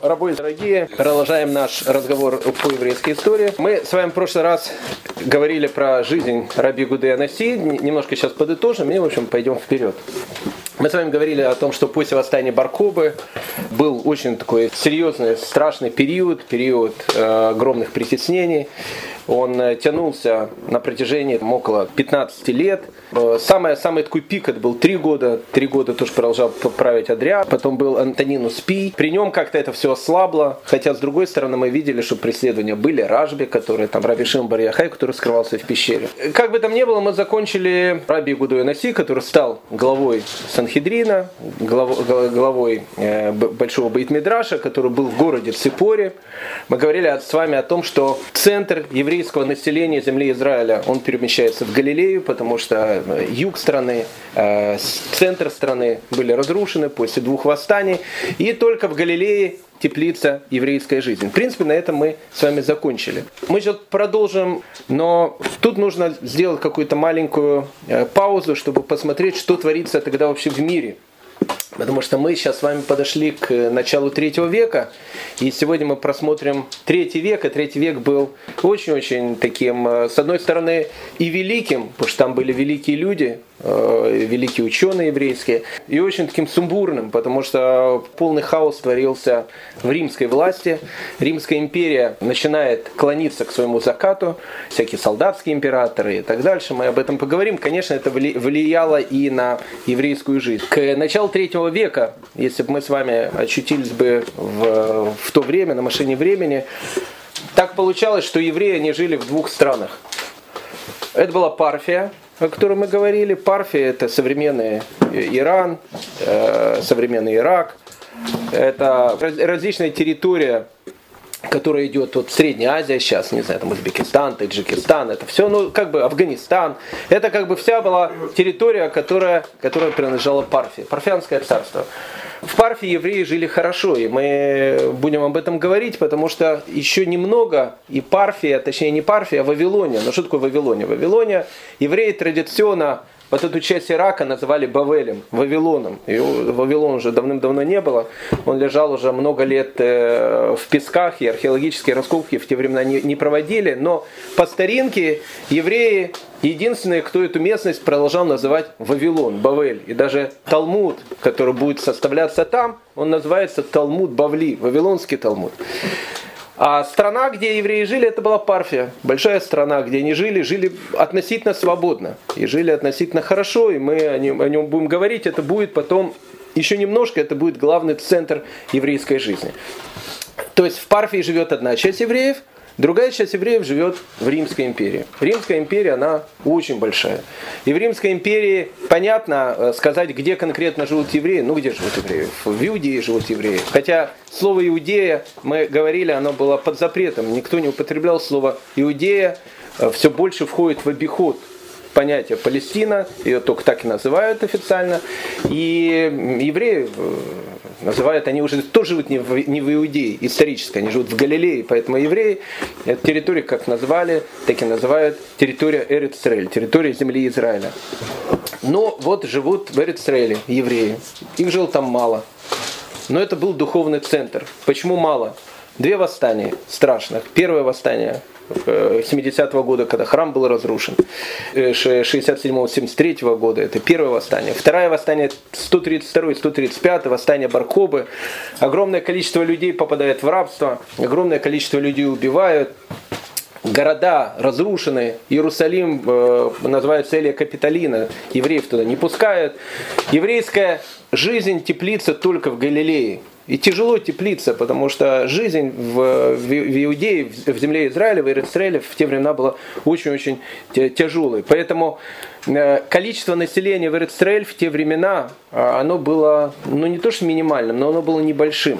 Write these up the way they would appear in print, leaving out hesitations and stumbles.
Рабы дорогие, продолжаем наш разговор по еврейской истории. Мы с вами в прошлый раз говорили про жизнь раби Иудея Анаси. Немножко сейчас подытожим и, в общем, пойдем вперед. Мы с вами говорили о том, что после восстания Бар-Кохбы был очень такой серьезный, страшный период огромных притеснений. Он тянулся на протяжении около 15 лет. Самый такой пик это был 3 года. 3 года тоже продолжал править Адриан. Потом был Антонинус Пий. При нем как-то это все ослабло. Хотя, с другой стороны, мы видели, что преследования были. Ражби, который там Раби Шимон бар Йохай, который скрывался в пещере. Как бы там ни было, мы закончили раби Иудея Анаси, который стал главой Санхедрина, главой Большого Бейт-Мидраша, который был в городе Ципоре. Мы говорили с вами о том, что центр еврейского населения земли Израиля, он перемещается в Галилею, потому что юг страны, центр страны были разрушены после 2 восстаний, и только в Галилее теплится еврейская жизнь. В принципе, на этом мы с вами закончили. Мы сейчас продолжим, но тут нужно сделать какую-то маленькую паузу, чтобы посмотреть, что творится тогда вообще в мире. Потому что мы сейчас с вами подошли к началу 3 века, и сегодня мы просмотрим 3 век, а 3 век был очень-очень таким, с одной стороны, и великим, потому что там были великие люди, великие ученые еврейские, и очень таким сумбурным, потому что полный хаос творился в римской власти. Римская империя начинает клониться к своему закату, всякие солдатские императоры и так дальше. Мы об этом поговорим. Конечно, это влияло и на еврейскую жизнь. К началу 3 века, если бы мы с вами очутились бы в то время, на машине времени, так получалось, что евреи они жили в 2 странах. Это была Парфия, о которой мы говорили. Парфия — это современный Иран, современный Ирак. Это различная территория, которая идет от Средней Азии сейчас, не знаю, там Узбекистан, Таджикистан, это все, Афганистан. Это как бы вся была территория, которая принадлежала Парфии, Парфянское царство. В Парфии евреи жили хорошо, и мы будем об этом говорить, потому что еще немного, и Парфия, точнее не Парфия, а Вавилония. Но что такое Вавилония? Вавилония, евреи традиционно вот эту часть Ирака называли Бавелем, Вавилоном. И Вавилон уже давным-давно не было. Он лежал уже много лет в песках, и археологические раскопки в те времена не проводили. Но по старинке евреи единственные, кто эту местность продолжал называть Вавилон, Бавель. И даже Талмуд, который будет составляться там, он называется Талмуд Бавли, Вавилонский Талмуд. А страна, где евреи жили, это была Парфия. Большая страна, где они жили относительно свободно. И жили относительно хорошо, и мы о нем будем говорить. Это будет потом, еще немножко, это будет главный центр еврейской жизни. То есть в Парфии живет одна часть евреев, другая часть евреев живет в Римской империи. Римская империя, она очень большая. И в Римской империи понятно сказать, где конкретно живут евреи. Ну, где живут евреи? В Иудее живут евреи. Хотя слово «иудея», мы говорили, оно было под запретом. Никто не употреблял слово «иудея». Все больше входит в обиход понятие Палестина, ее только так и называют официально. И евреи называют, они уже тоже живут не в Иудее, исторически, они живут в Галилее, поэтому евреи, эту территорию как назвали, так и называют территория Эрец-Исраэль, территория земли Израиля. Но вот живут в Эрец-Исраэле евреи, их жило там мало, но это был духовный центр. Почему мало? 2 восстания страшных. Первое восстание 70-го года, когда храм был разрушен, 67-73 года, это первое восстание. Второе восстание 132-135, восстание Бар-Кохбы. Огромное количество людей попадает в рабство, огромное количество людей убивают. Города разрушены, Иерусалим называется Элия Капитолина, евреев туда не пускают. Еврейская жизнь теплится только в Галилее. И тяжело теплиться, потому что жизнь в Иудее, в земле Израиля, в Эрец-Исраэле в те времена была очень-очень тяжелой. Поэтому количество населения в Эрец-Исраэль в те времена, оно было, не то что минимальным, но оно было небольшим.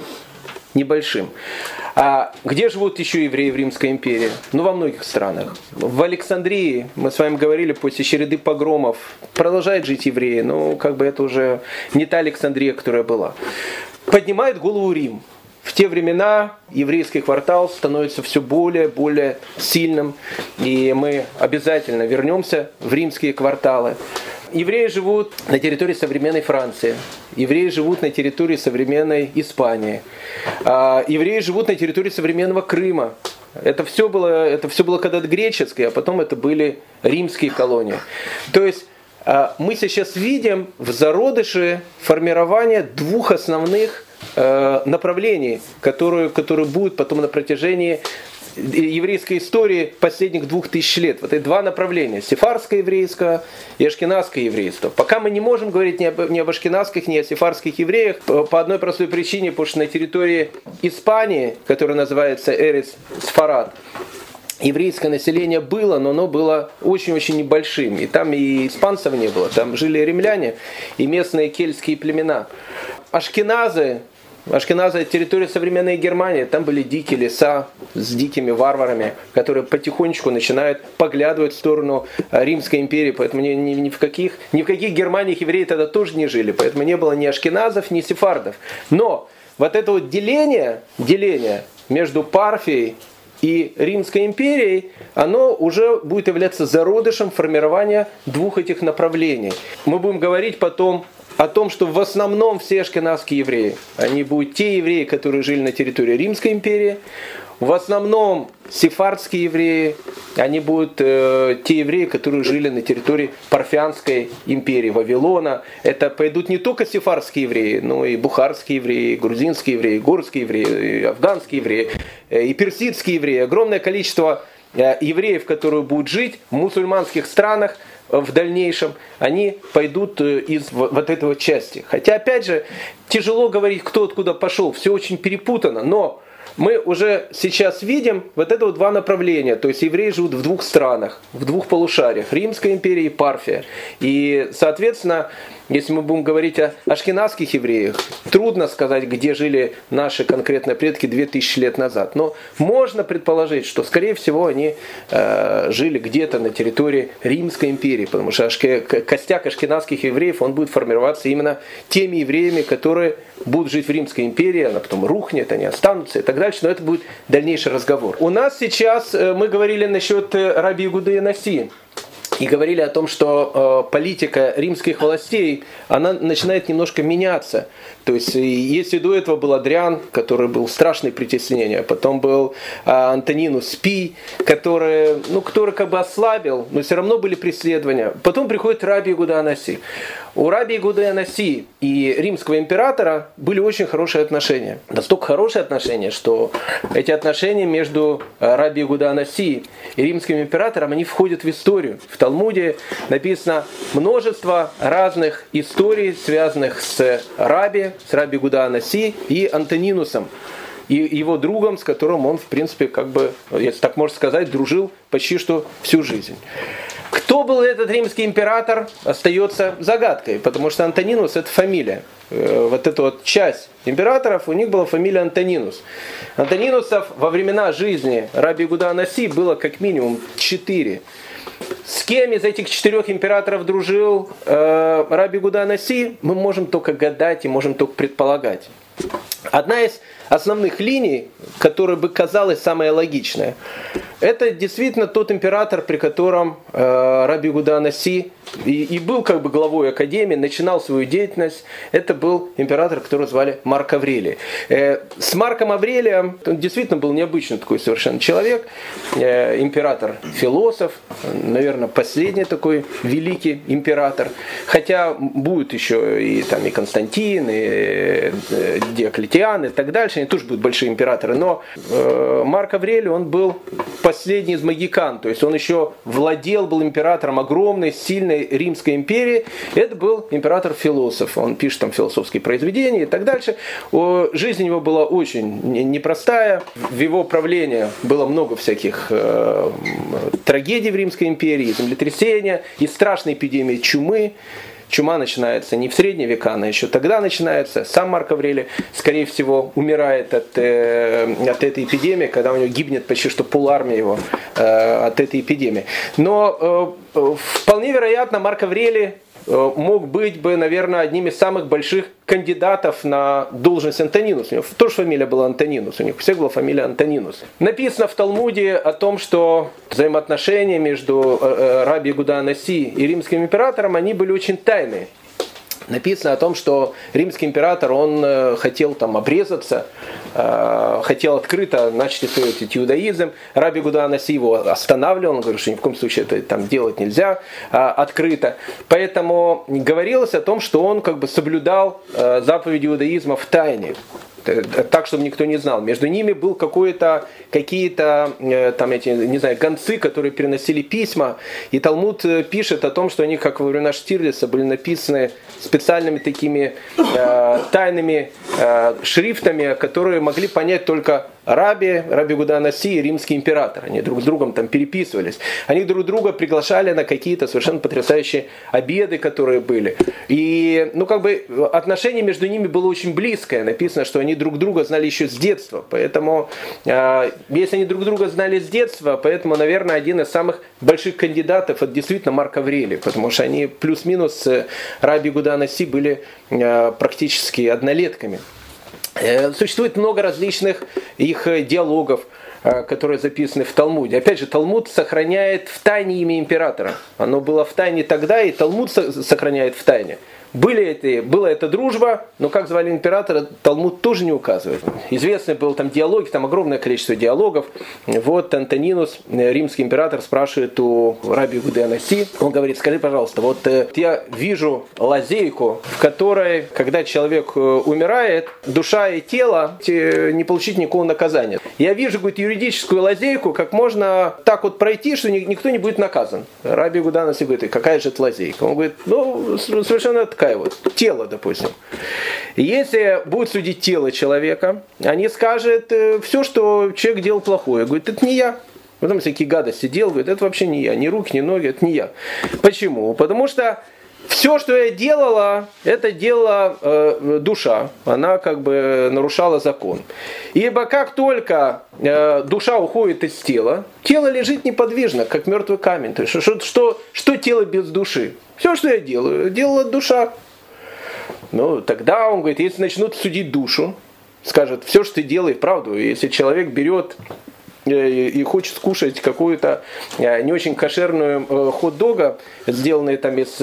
А где живут еще евреи в Римской империи? Во многих странах. В Александрии, мы с вами говорили, после череды погромов, продолжают жить евреи, но это уже не та Александрия, которая была. Поднимает голову Рим. В те времена еврейский квартал становится все более сильным, и мы обязательно вернемся в римские кварталы. евреи живут на территории современной Франции, евреи живут на территории современной Испании, евреи живут на территории современного Крыма. Это все было когда-то греческое, а потом это были римские колонии. То есть мы сейчас видим в зародыше формирования двух основных направлений, которые будут потом на протяжении еврейской истории последних 2000 лет. Вот эти два направления: сефардское еврейство и ашкеназское еврейство. Пока мы не можем говорить ни об ашкеназских, ни о сефардских евреях по одной простой причине, потому что на территории Испании, которая называется Эрец Сфарад, еврейское население было, но оно было очень-очень небольшим. И там и испанцев не было, там жили римляне и местные кельтские племена. Ашкеназы, это территория современной Германии, там были дикие леса с дикими варварами, которые потихонечку начинают поглядывать в сторону Римской империи, поэтому ни в каких Германиях евреи тогда тоже не жили, поэтому не было ни ашкеназов, ни сефардов. Но вот это вот деление между Парфией и Римской империей, оно уже будет являться зародышем формирования двух этих направлений. Мы будем говорить потом о том, что в основном все ашкеназские евреи, они будут те евреи, которые жили на территории Римской империи. В основном сефардские евреи, они будут те евреи, которые жили на территории Парфянской империи, Вавилона. Это пойдут не только сефардские евреи, но и бухарские евреи, грузинские евреи, горские евреи, и афганские евреи, и персидские евреи. Огромное количество евреев, которые будут жить в мусульманских странах в дальнейшем, они пойдут из вот этого части. Хотя, опять же, тяжело говорить, кто откуда пошел, все очень перепутано, но мы уже сейчас видим вот это вот два направления. То есть евреи живут в двух странах, в двух полушариях: Римская империя и Парфия. И, соответственно, если мы будем говорить о ашкеназских евреях, трудно сказать, где жили наши конкретные предки 2000 лет назад. Но можно предположить, что, скорее всего, они жили где-то на территории Римской империи, потому что костяк ашкеназских евреев, он будет формироваться именно теми евреями, которые будут жить в Римской империи, она потом рухнет, они останутся и так дальше, но это будет дальнейший разговор. У нас сейчас, мы говорили насчет раби Иегуды Анаси, и говорили о том, что политика римских властей, она начинает немножко меняться. То есть, если до этого был Адриан, который был страшное притеснение, потом был Антонинус Пий, который как бы ослабил, но все равно были преследования. Потом приходит раби Иегуда Анаси. У раби Иегуды Анаси и римского императора были очень хорошие отношения. Настолько хорошие отношения, что эти отношения между раби Иегудой Анаси и римским императором, они входят в историю. В Талмуде написано множество разных историй, связанных с раби Иегудой Анаси и Антонинусом, и его другом, с которым он, в принципе, как бы, если так можно сказать, дружил почти что всю жизнь. Кто был этот римский император, остается загадкой, потому что Антонинус – это фамилия. Вот эта вот часть императоров, у них была фамилия Антонинус. Антонинусов во времена жизни раби Иегуды Анаси было как минимум 4. С кем из этих 4 императоров дружил раби Иегуда Анаси, мы можем только гадать и можем только предполагать. Одна из основных линий, которая бы казалась самая логичная, это действительно тот император, при котором раби Иегуда Анаси и был как бы главой академии, начинал свою деятельность. Это был император, которого звали Марк Аврелий. С Марком Аврелием, он действительно был необычный такой совершенно человек, император-философ, наверное, последний такой великий император. Хотя будет еще и Константин, и Диоклетиан и так дальше, они тоже будут большие императоры. Но Марк Аврелий, он был последний из магикан, то есть он еще был императором огромной, сильной Римской империи. Это был император-философ. Он пишет там философские произведения и так дальше. Жизнь его была очень непростая. В его правлении было много всяких трагедий в Римской империи, землетрясения и страшной эпидемии чумы. Чума начинается не в средние века, она еще тогда начинается. Сам Марк Аврелий, скорее всего, умирает от этой эпидемии, когда у него гибнет почти что полармия его от этой эпидемии. Но вполне вероятно, Марк Аврелий мог быть бы, наверное, одним из самых больших кандидатов на должность Антонинус. У него тоже фамилия была Антонинус, у них всех была фамилия Антонинус. Написано в Талмуде о том, что взаимоотношения между Раби Иуда Анаси и римским императором, они были очень тайные. Написано о том, что римский император, он хотел там обрезаться, хотел открыто начать исповедовать иудаизм. Раби Иуда Анаси его останавливал, он говорил, что ни в коем случае это там делать нельзя открыто. Поэтому говорилось о том, что он как бы соблюдал заповеди иудаизма в тайне, так, чтобы никто не знал. Между ними был какие-то там эти, не знаю, гонцы, которые переносили письма. И Талмуд пишет о том, что они, как во времена Штирлица, были написаны специальными такими тайными шрифтами, которые могли понять только Раби Иуда Анаси и римский император. Они друг с другом там переписывались. Они друг друга приглашали на какие-то совершенно потрясающие обеды, которые были. И отношение между ними было очень близкое. Написано, что они друг друга знали еще с детства. Поэтому, если они друг друга знали с детства, поэтому, наверное, один из самых больших кандидатов это действительно Марк Аврелий. Потому что они плюс-минус с Раби Иуда Анаси были практически однолетками. Существует много различных их диалогов, которые записаны в Талмуде. Опять же, Талмуд сохраняет в тайне имя императора. Оно было в тайне тогда, и Талмуд сохраняет в тайне. Была эта дружба, но как звали императора, Талмуд тоже не указывает. Известны был там диалоги, там огромное количество диалогов. Вот Антонинус, римский император, спрашивает у Раби Иуды Анаси, он говорит, скажи, пожалуйста, вот я вижу лазейку, в которой, когда человек умирает, душа и тело не получить никакого наказания. Я вижу, говорит, юридическую лазейку, как можно так вот пройти, что никто не будет наказан. Раби Иуда Анаси говорит, какая же это лазейка? Он говорит, совершенно такая вот, тело, допустим. Если будет судить тело человека, они скажут все, что человек делал плохое. Говорит, это не я. Потом всякие гадости делал, говорит, это вообще не я. Ни руки, ни ноги, это не я. Почему? Потому что все, что я делала, это делала душа. Она как бы нарушала закон. Ибо как только душа уходит из тела, тело лежит неподвижно, как мертвый камень. То есть, что тело без души? Все, что я делаю, делала душа. Ну, тогда он говорит, если начнут судить душу, скажет, все, что ты делаешь, правду. Если человек берет и хочет скушать какую-то не очень кошерную хот-дога, сделанную там из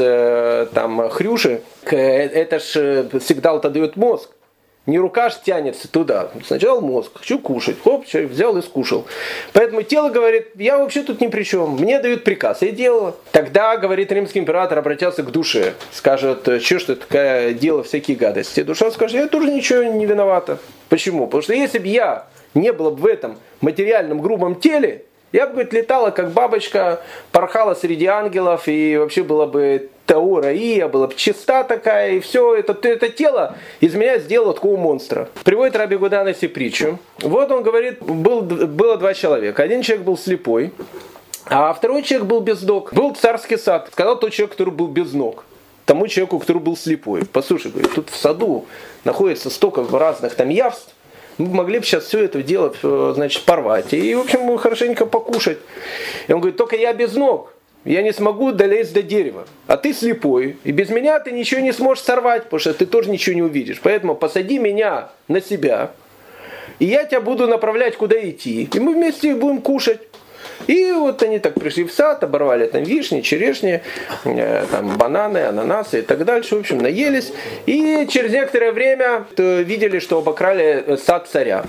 хрюши, это ж сигнал-то дает мозг. Не рука ж тянется туда. Сначала мозг. Хочу кушать. Хоп, человек взял и скушал. Поэтому тело говорит, я вообще тут ни при чем. Мне дают приказ. Я делала. Тогда, говорит римский император, обратился к душе. Скажет, что ж ты такая делала всякие гадости. Душа скажет, я тоже ничего не виновата. Почему? Потому что если бы я не было бы в этом материальном грубом теле, я бы, говорит, летала как бабочка, порхала среди ангелов, и вообще была бы Таура Ия, была бы чиста такая, и все это тело из меня сделало такого монстра. Приводит Раби Иуда Анаси притчу. Вот он говорит, было два человека. Один человек был слепой, а второй человек был без ног. Был царский сад. Сказал тот человек, который был без ног, тому человеку, который был слепой. Послушай, говорит, тут в саду находится столько разных там явств, мы могли бы сейчас все это дело, значит, порвать. И, в общем, хорошенько покушать. И он говорит, только я без ног. Я не смогу долезть до дерева. А ты слепой. И без меня ты ничего не сможешь сорвать, потому что ты тоже ничего не увидишь. Поэтому посади меня на себя. И я тебя буду направлять, куда идти. И мы вместе будем кушать. И вот они так пришли в сад, оборвали там вишни, черешни, там бананы, ананасы и так дальше. В общем, наелись. И через некоторое время видели, что обокрали сад царя.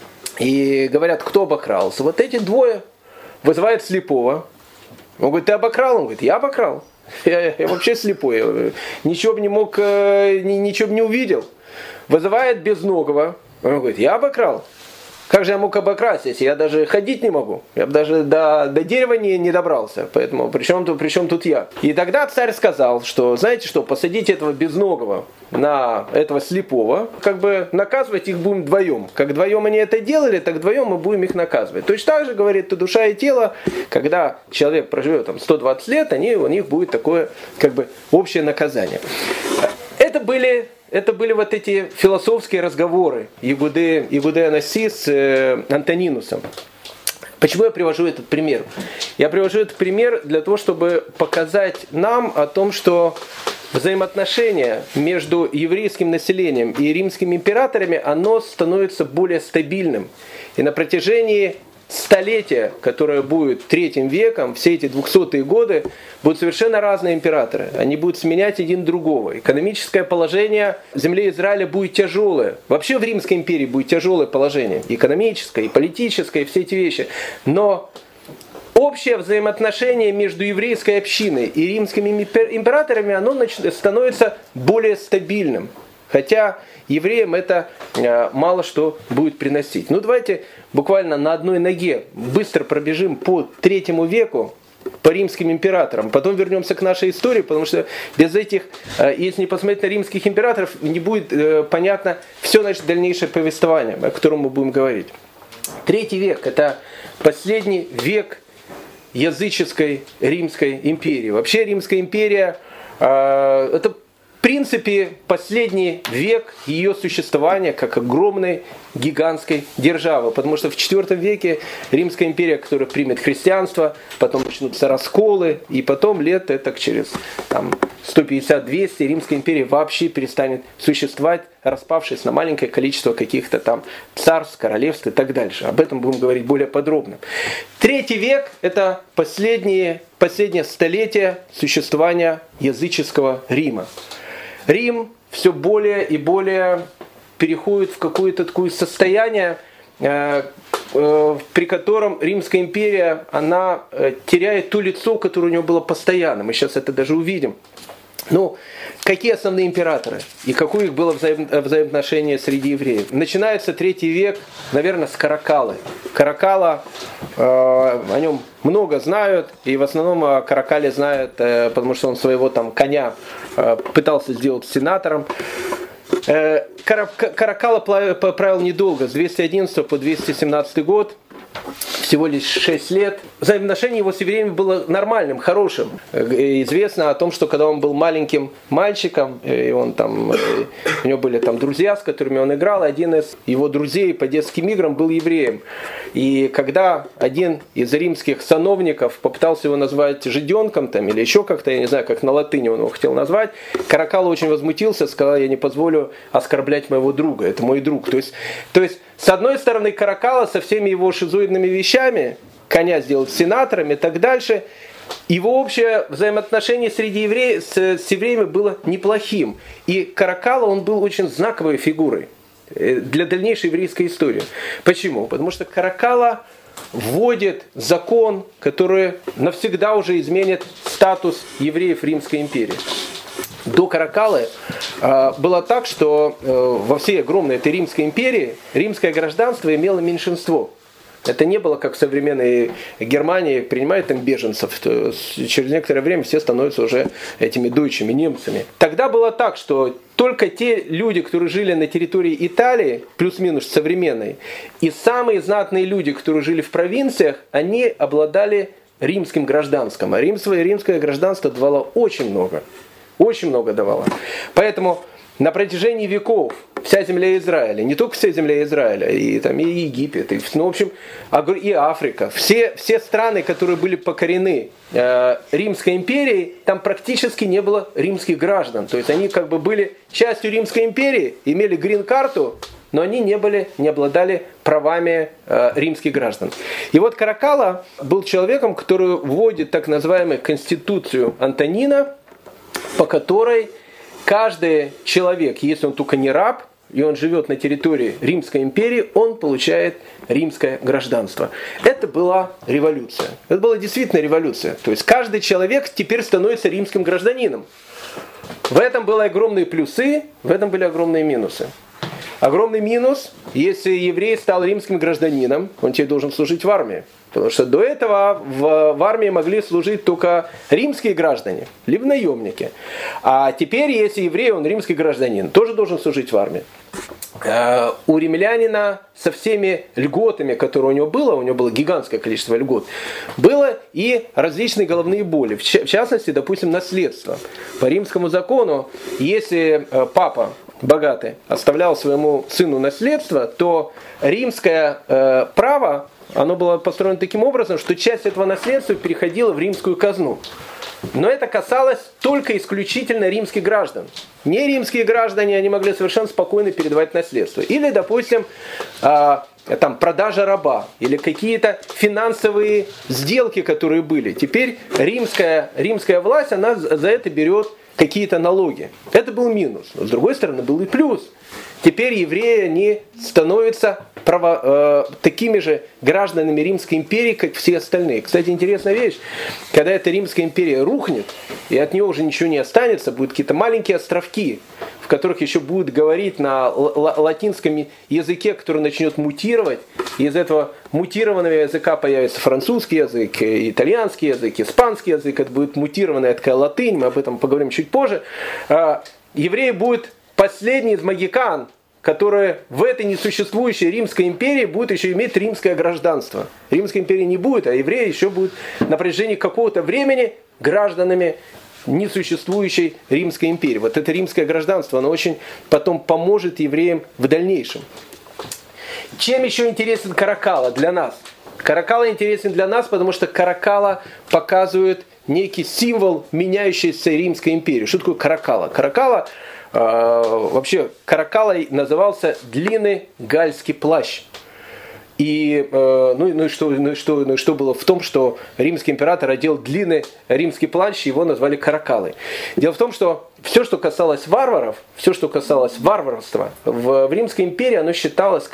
И говорят, кто обокрался? Вот эти двое. Вызывает слепого. Он говорит, ты обокрал? Он говорит, я обокрал. Я вообще слепой. Ничего бы не мог, ничего бы не увидел. Вызывает безногого. Он говорит, я обокрал. Как же я мог обокрасть, если я даже ходить не могу? Я бы даже до дерева не добрался. Поэтому при чем тут я? И тогда царь сказал, что, знаете что, посадите этого безногого на этого слепого, как бы наказывать их будем вдвоем. Как вдвоем они это делали, так вдвоем мы будем их наказывать. Точно так же, говорит, душа и тело, когда человек проживет там 120 лет, у них будет такое как бы общее наказание. Это были вот эти философские разговоры Иуды Анаси с Антонинусом. Почему я привожу этот пример? Я привожу этот пример для того, чтобы показать нам о том, что взаимоотношение между еврейским населением и римскими императорами, оно становится более стабильным. И на протяжении столетия, которое будет третьим веком, все эти 200-е годы, будут совершенно разные императоры. Они будут сменять один другого. Экономическое положение в земле Израиля будет тяжелое. Вообще в Римской империи будет тяжелое положение. Экономическое, и политическое, и все эти вещи. Но общее взаимоотношение между еврейской общиной и римскими императорами, оно становится более стабильным. Хотя евреям это мало что будет приносить. Ну давайте буквально на одной ноге быстро пробежим по 3 веку, по римским императорам. Потом вернемся к нашей истории, потому что без этих, если не посмотреть на римских императоров, не будет понятно все наше дальнейшее повествование, о котором мы будем говорить. 3 век – это последний век языческой Римской империи. Вообще Римская империя это в принципе последний век ее существования как огромной гигантской державы. Потому что в IV веке Римская империя, которая примет христианство, потом начнутся расколы, и потом лет это через 150-200 Римская империя вообще перестанет существовать, распавшись на маленькое количество каких-то там царств, королевств и так дальше. Об этом будем говорить более подробно. 3 век – это последнее столетие существования языческого Рима. Рим все более и более переходит в какое-то такое состояние, при котором Римская империя, она теряет то лицо, которое у нее было постоянно. Мы сейчас это даже увидим. Ну, какие основные императоры и какое их было взаимоотношение среди евреев? Начинается 3 век, наверное, с Каракалы. Каракала, о нем много знают, и в основном о Каракале знают, потому что он своего там коня пытался сделать сенатором. Каракала правил недолго, с 211 по 217 год. Всего лишь 6 лет. Взаимоотношение его с евреями было нормальным, хорошим. Известно о том, что когда он был маленьким мальчиком, и он там, у него были там друзья, с которыми он играл, один из его друзей по детским играм был евреем. И когда один из римских сановников попытался его назвать жиденком там, или еще как-то, я не знаю, как на латыни он его хотел назвать, Каракала очень возмутился, сказал: я не позволю оскорблять моего друга, это мой друг. То есть с одной стороны, Каракала со всеми его шизоидными вещами, коня сделать сенатором и так дальше, его общее взаимоотношение среди евреев, с евреями было неплохим. И Каракала, он был очень знаковой фигурой для дальнейшей еврейской истории. Почему? Потому что Каракала вводит закон, который навсегда уже изменит статус евреев Римской империи. До Каракалы было так, что во всей огромной этой Римской империи римское гражданство имело меньшинство. Это не было как в современной Германии, принимают там беженцев. Через некоторое время все становятся уже этими дойчами, немцами. Тогда было так, что только те люди, которые жили на территории Италии, плюс-минус современной, и самые знатные люди, которые жили в провинциях, они обладали римским гражданством. А римское гражданство давало очень много. Очень много давало. Поэтому на протяжении веков вся земля Израиля, не только вся земля Израиля, и Египет, и, в общем, и Африка, все страны, которые были покорены Римской империей, там практически не было римских граждан. То есть они как бы были частью Римской империи, имели грин-карту, но они не обладали правами римских граждан. И вот Каракала был человеком, который вводит так называемую конституцию Антонина, по которой каждый человек, если он только не раб, и он живет на территории Римской империи, он получает римское гражданство. Это была революция. Это была действительно революция. То есть каждый человек теперь становится римским гражданином. В этом были огромные плюсы, в этом были огромные минусы. Огромный минус, если еврей стал римским гражданином, он теперь должен служить в армии. Потому что до этого в армии могли служить только римские граждане, либо наемники. А теперь, если еврей, он римский гражданин, тоже должен служить в армии. У римлянина со всеми льготами, которые у него было гигантское количество льгот, было и различные головные боли. В частности, допустим, наследство. По римскому закону, если папа богатый оставлял своему сыну наследство, то римское право, оно было построено таким образом, что часть этого наследства переходила в римскую казну. Но это касалось только исключительно римских граждан. Не римские граждане, они могли совершенно спокойно передавать наследство. Или, допустим, там, продажа раба, или какие-то финансовые сделки, которые были. Теперь римская власть, она за это берет какие-то налоги. Это был минус. Но с другой стороны, был и плюс. Теперь евреи не становятся такими же гражданами Римской империи, как все остальные. Кстати, интересная вещь. Когда эта Римская империя рухнет, и от нее уже ничего не останется, будут какие-то маленькие островки, в которых еще будут говорить на латинском языке, который начнет мутировать. И из этого мутированного языка появится французский язык, итальянский язык, испанский язык. Это будет мутированная такая латынь, мы об этом поговорим чуть позже. Евреи будут последний из магикан, которые в этой несуществующей Римской империи будут еще иметь римское гражданство. Римской империи не будет, а евреи еще будут на протяжении какого-то времени гражданами несуществующей Римской империи. Вот это римское гражданство, оно очень потом поможет евреям в дальнейшем. Чем еще интересен Каракала для нас? Каракала интересен для нас, потому что Каракала показывает некий символ меняющейся Римской империи. Что такое Каракала? Каракала, вообще Каракала назывался длинный гальский плащ. И что было в том, что римский император одел длинный римский плащ, его назвали Каракалой. Дело в том, что все, что касалось варваров, все, что касалось варварства, в Римской империи оно считалось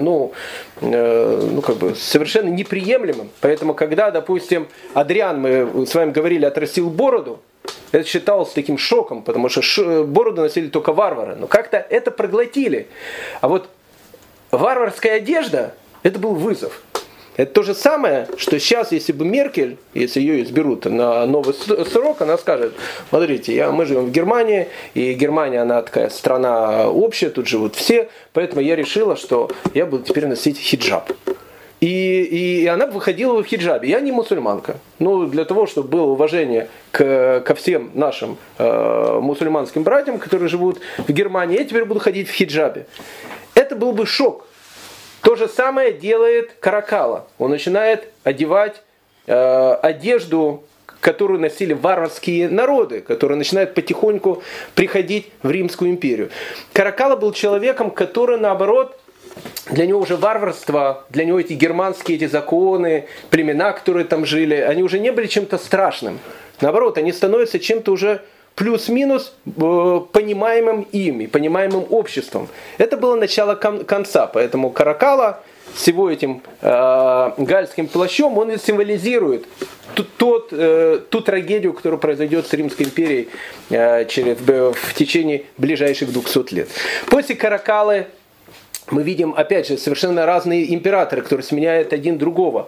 совершенно неприемлемым. Поэтому, когда, допустим, Адриан, мы с вами говорили, отрастил бороду, это считалось таким шоком, потому что бороду носили только варвары. Но как-то это проглотили. А вот варварская одежда, это был вызов. Это то же самое, что сейчас, если бы Меркель, если ее изберут на новый срок, она скажет: смотрите, мы живем в Германии, и Германия, она такая страна общая, тут живут все, поэтому я решила, что я буду теперь носить хиджаб. И она выходила в хиджабе. Я не мусульманка. Но для того, чтобы было уважение ко всем нашим мусульманским братьям, которые живут в Германии, я теперь буду ходить в хиджабе. Это был бы шок. То же самое делает Каракала. Он начинает одевать одежду, которую носили варварские народы, которые начинают потихоньку приходить в Римскую империю. Каракала был человеком, который, наоборот, для него уже варварство, для него эти германские эти законы, племена, которые там жили, они уже не были чем-то страшным. Наоборот, они становятся чем-то уже плюс-минус понимаемым ими, понимаемым обществом. Это было начало конца, поэтому Каракала с его этим гальским плащом, он и символизирует ту трагедию, которая произойдет с Римской империей в течение ближайших 200 лет. После Каракалы мы видим, опять же, совершенно разные императоры, которые сменяют один другого.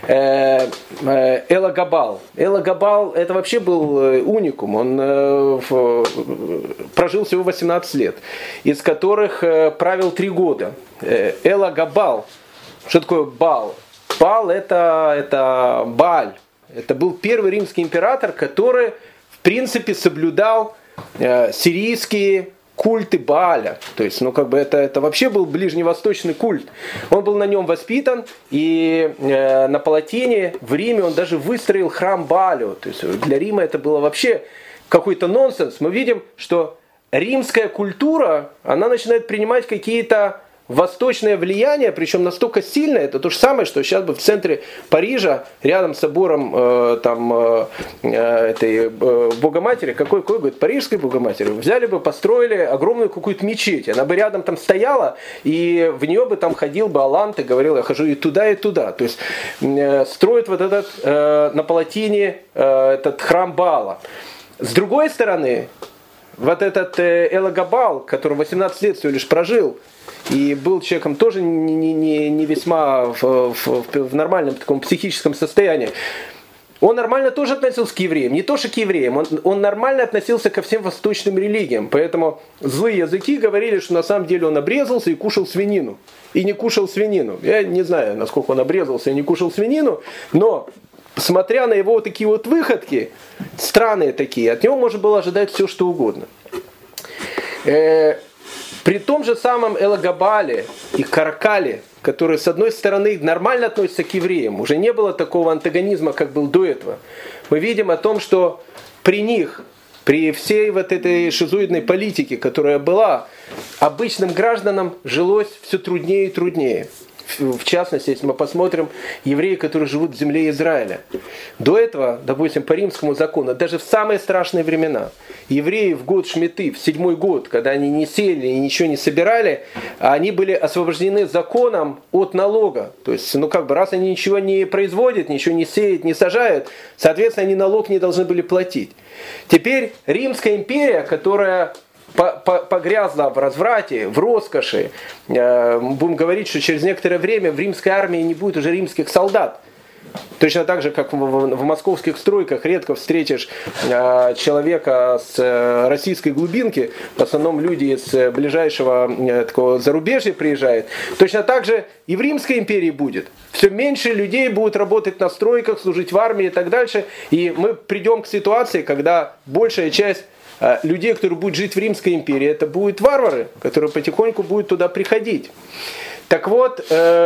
Элагабал. Элагабал это вообще был уникум. Он прожил всего 18 лет, из которых правил 3 года. Элагабал. Что такое Баал? Баал это Бааль. Это был первый римский император, который, в принципе, соблюдал сирийские культы Бааля. То есть, это вообще был ближневосточный культ. Он был на нем воспитан, и на Палатине в Риме он даже выстроил храм Баалю. То есть, для Рима это было вообще какой-то нонсенс. Мы видим, что римская культура, она начинает принимать какие-то восточное влияние, причем настолько сильное, это то же самое, что сейчас бы в центре Парижа, рядом с собором этой Богоматери, какой говорит, Парижской Богоматери, взяли бы, построили огромную какую-то мечеть, она бы рядом там стояла, и в нее бы там ходил бы Алант и говорил: я хожу и туда, и туда. То есть строят вот этот на Палатине этот храм Баала. С другой стороны, вот этот Элагабал, который 18 лет всего лишь прожил, и был человеком тоже не весьма в нормальном таком психическом состоянии, он нормально тоже относился к евреям, не то что к евреям, он нормально относился ко всем восточным религиям, поэтому злые языки говорили, что на самом деле он обрезался и кушал свинину, и не кушал свинину. Я не знаю, насколько он обрезался и не кушал свинину, но смотря на его такие вот выходки, странные такие, от него можно было ожидать все, что угодно. При том же самом Элагабале и Каракале, которые с одной стороны нормально относятся к евреям, уже не было такого антагонизма, как был до этого. Мы видим о том, что при них, при всей вот этой шизоидной политике, которая была, обычным гражданам жилось все труднее и труднее. В частности, если мы посмотрим евреи, которые живут в земле Израиля. До этого, допустим, по римскому закону, даже в самые страшные времена, евреи в год Шмиты, в 7-й год, когда они не сеяли и ничего не собирали, они были освобождены законом от налога. То есть, раз они ничего не производят, ничего не сеют, не сажают, соответственно, они налог не должны были платить. Теперь Римская империя, которая погрязла в разврате, в роскоши. Будем говорить, что через некоторое время в римской армии не будет уже римских солдат. Точно так же, как в московских стройках редко встретишь человека с российской глубинки, в основном люди из ближайшего такого зарубежья приезжают. Точно так же и в Римской империи будет. Все меньше людей будут работать на стройках, служить в армии и так дальше. И мы придем к ситуации, когда большая часть людей, которые будут жить в Римской империи, это будут варвары, которые потихоньку будут туда приходить. Так вот,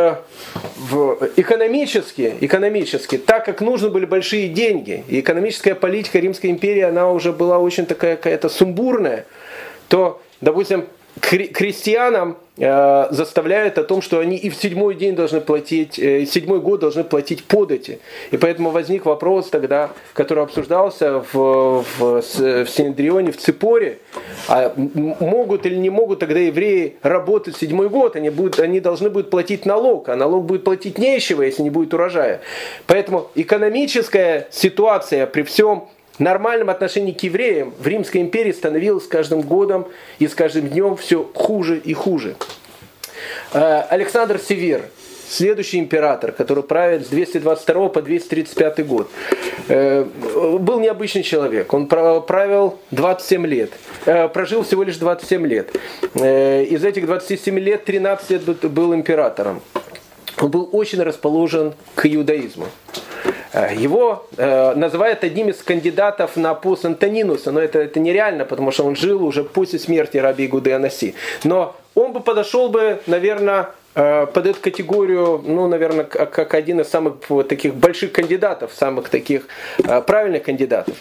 экономически, так как нужны были большие деньги, и экономическая политика Римской империи, она уже была очень такая какая-то сумбурная, то, допустим, крестьянам заставляют о том, что они и в 7-й день должны платить, 7-й год должны платить подати. И поэтому возник вопрос тогда, который обсуждался в Синедрионе, в Ципоре, могут или не могут тогда евреи работать 7-й год, они должны будут платить налог, а налог будет платить нечего, если не будет урожая. Поэтому экономическая ситуация при всем нормальном отношении к евреям в Римской империи становилось с каждым годом и с каждым днем все хуже и хуже. Александр Север, следующий император, который правит с 222 по 235 год, был необычный человек. Он правил 27 лет, прожил всего лишь 27 лет. Из этих 27 лет 13 лет был императором. Он был очень расположен к иудаизму. Его называют одним из кандидатов на пост Антонинуса, но это нереально, потому что он жил уже после смерти раби Игуды Анаси. Но он бы подошел бы, наверное, под эту категорию, наверное, как один из самых таких больших кандидатов, самых таких правильных кандидатов.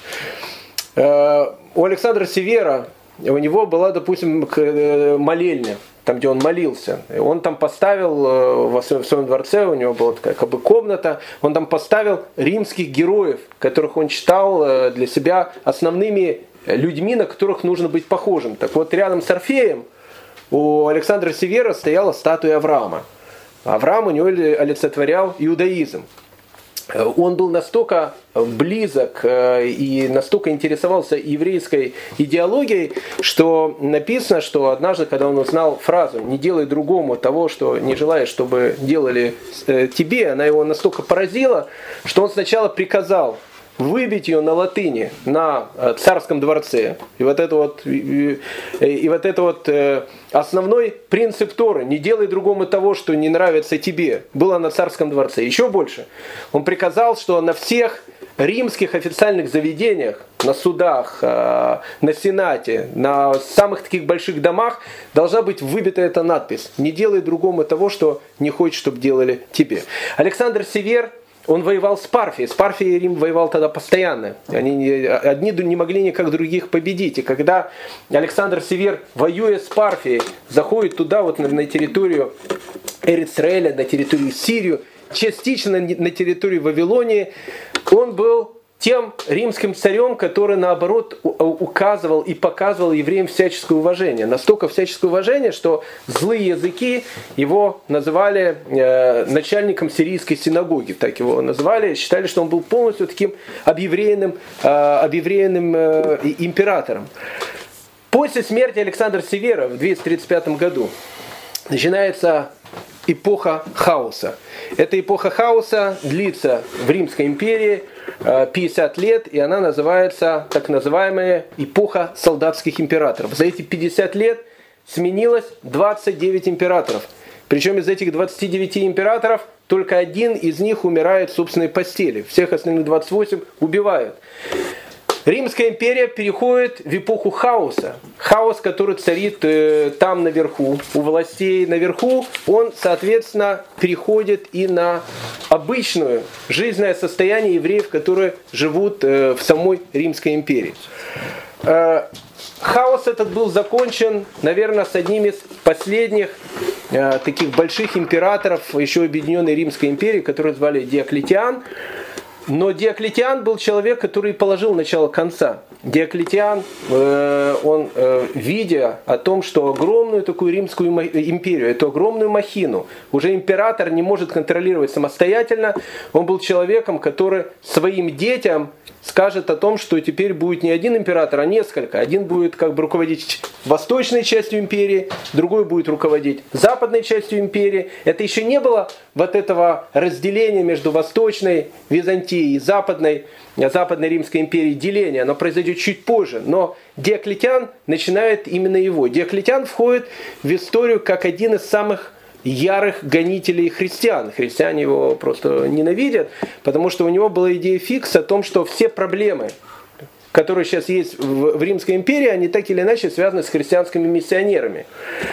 У Александра Севера, у него была, допустим, молельня, там, где он молился. Он там поставил в своем дворце, у него была такая комната, он там поставил римских героев, которых он считал для себя основными людьми, на которых нужно быть похожим. Так вот, рядом с Орфеем у Александра Севера стояла статуя Авраама. Авраам у него олицетворял иудаизм. Он был настолько близок и настолько интересовался еврейской идеологией, что написано, что однажды, когда он узнал фразу «не делай другому того, что не желаешь, чтобы делали тебе», она его настолько поразила, что он сначала приказал выбить ее на латыни на царском дворце. И вот это вот основной принцип Торы: не делай другому того, что не нравится тебе, было на царском дворце. Еще больше. Он приказал, что на всех римских официальных заведениях, на судах, на сенате, на самых таких больших домах должна быть выбита эта надпись: не делай другому того, что не хочешь, чтобы делали тебе. Александр Север, он воевал с Парфией. С Парфией Рим воевал тогда постоянно. Одни не могли никак других победить. И когда Александр Север, воюя с Парфией, заходит туда, вот на территорию Эрец-Исраэля, на территорию Сирию, частично на территорию Вавилонии, он был тем римским царем, который, наоборот, указывал и показывал евреям всяческое уважение. Настолько всяческое уважение, что злые языки его называли начальником сирийской синагоги. Так его называли. Считали, что он был полностью таким объевреянным императором. После смерти Александра Севера в 235 году начинается эпоха хаоса. Эта эпоха хаоса длится в Римской империи 50 лет, и она называется так называемая эпоха солдатских императоров. За эти 50 лет сменилось 29 императоров. Причем из этих 29 императоров только один из них умирает в собственной постели. Всех остальных 28 убивают. Римская империя переходит в эпоху хаоса. Хаос, который царит там наверху, у властей наверху, он, соответственно, переходит и на обычное жизненное состояние евреев, которые живут в самой Римской империи. Хаос этот был закончен, наверное, с одним из последних таких больших императоров еще Объединенной Римской империи, который звали Диоклетиан. Но Диоклетиан был человек, который положил начало конца. Диоклетиан, он, видя о том, что огромную такую Римскую империю, эту огромную махину, уже император не может контролировать самостоятельно, он был человеком, который своим детям скажет о том, что теперь будет не один император, а несколько. Один будет как бы руководить восточной частью империи, другой будет руководить западной частью империи. Это еще не было вот этого разделения между восточной Византией и западной Римской империей, деления. Оно произойдет чуть позже. Но Диоклетиан начинает именно его. Диоклетиан входит в историю как один из самых ярых гонителей христиан. Христиане его просто ненавидят, потому что у него была идея фикс о том, что все проблемы, которые сейчас есть в Римской империи, они так или иначе связаны с христианскими миссионерами.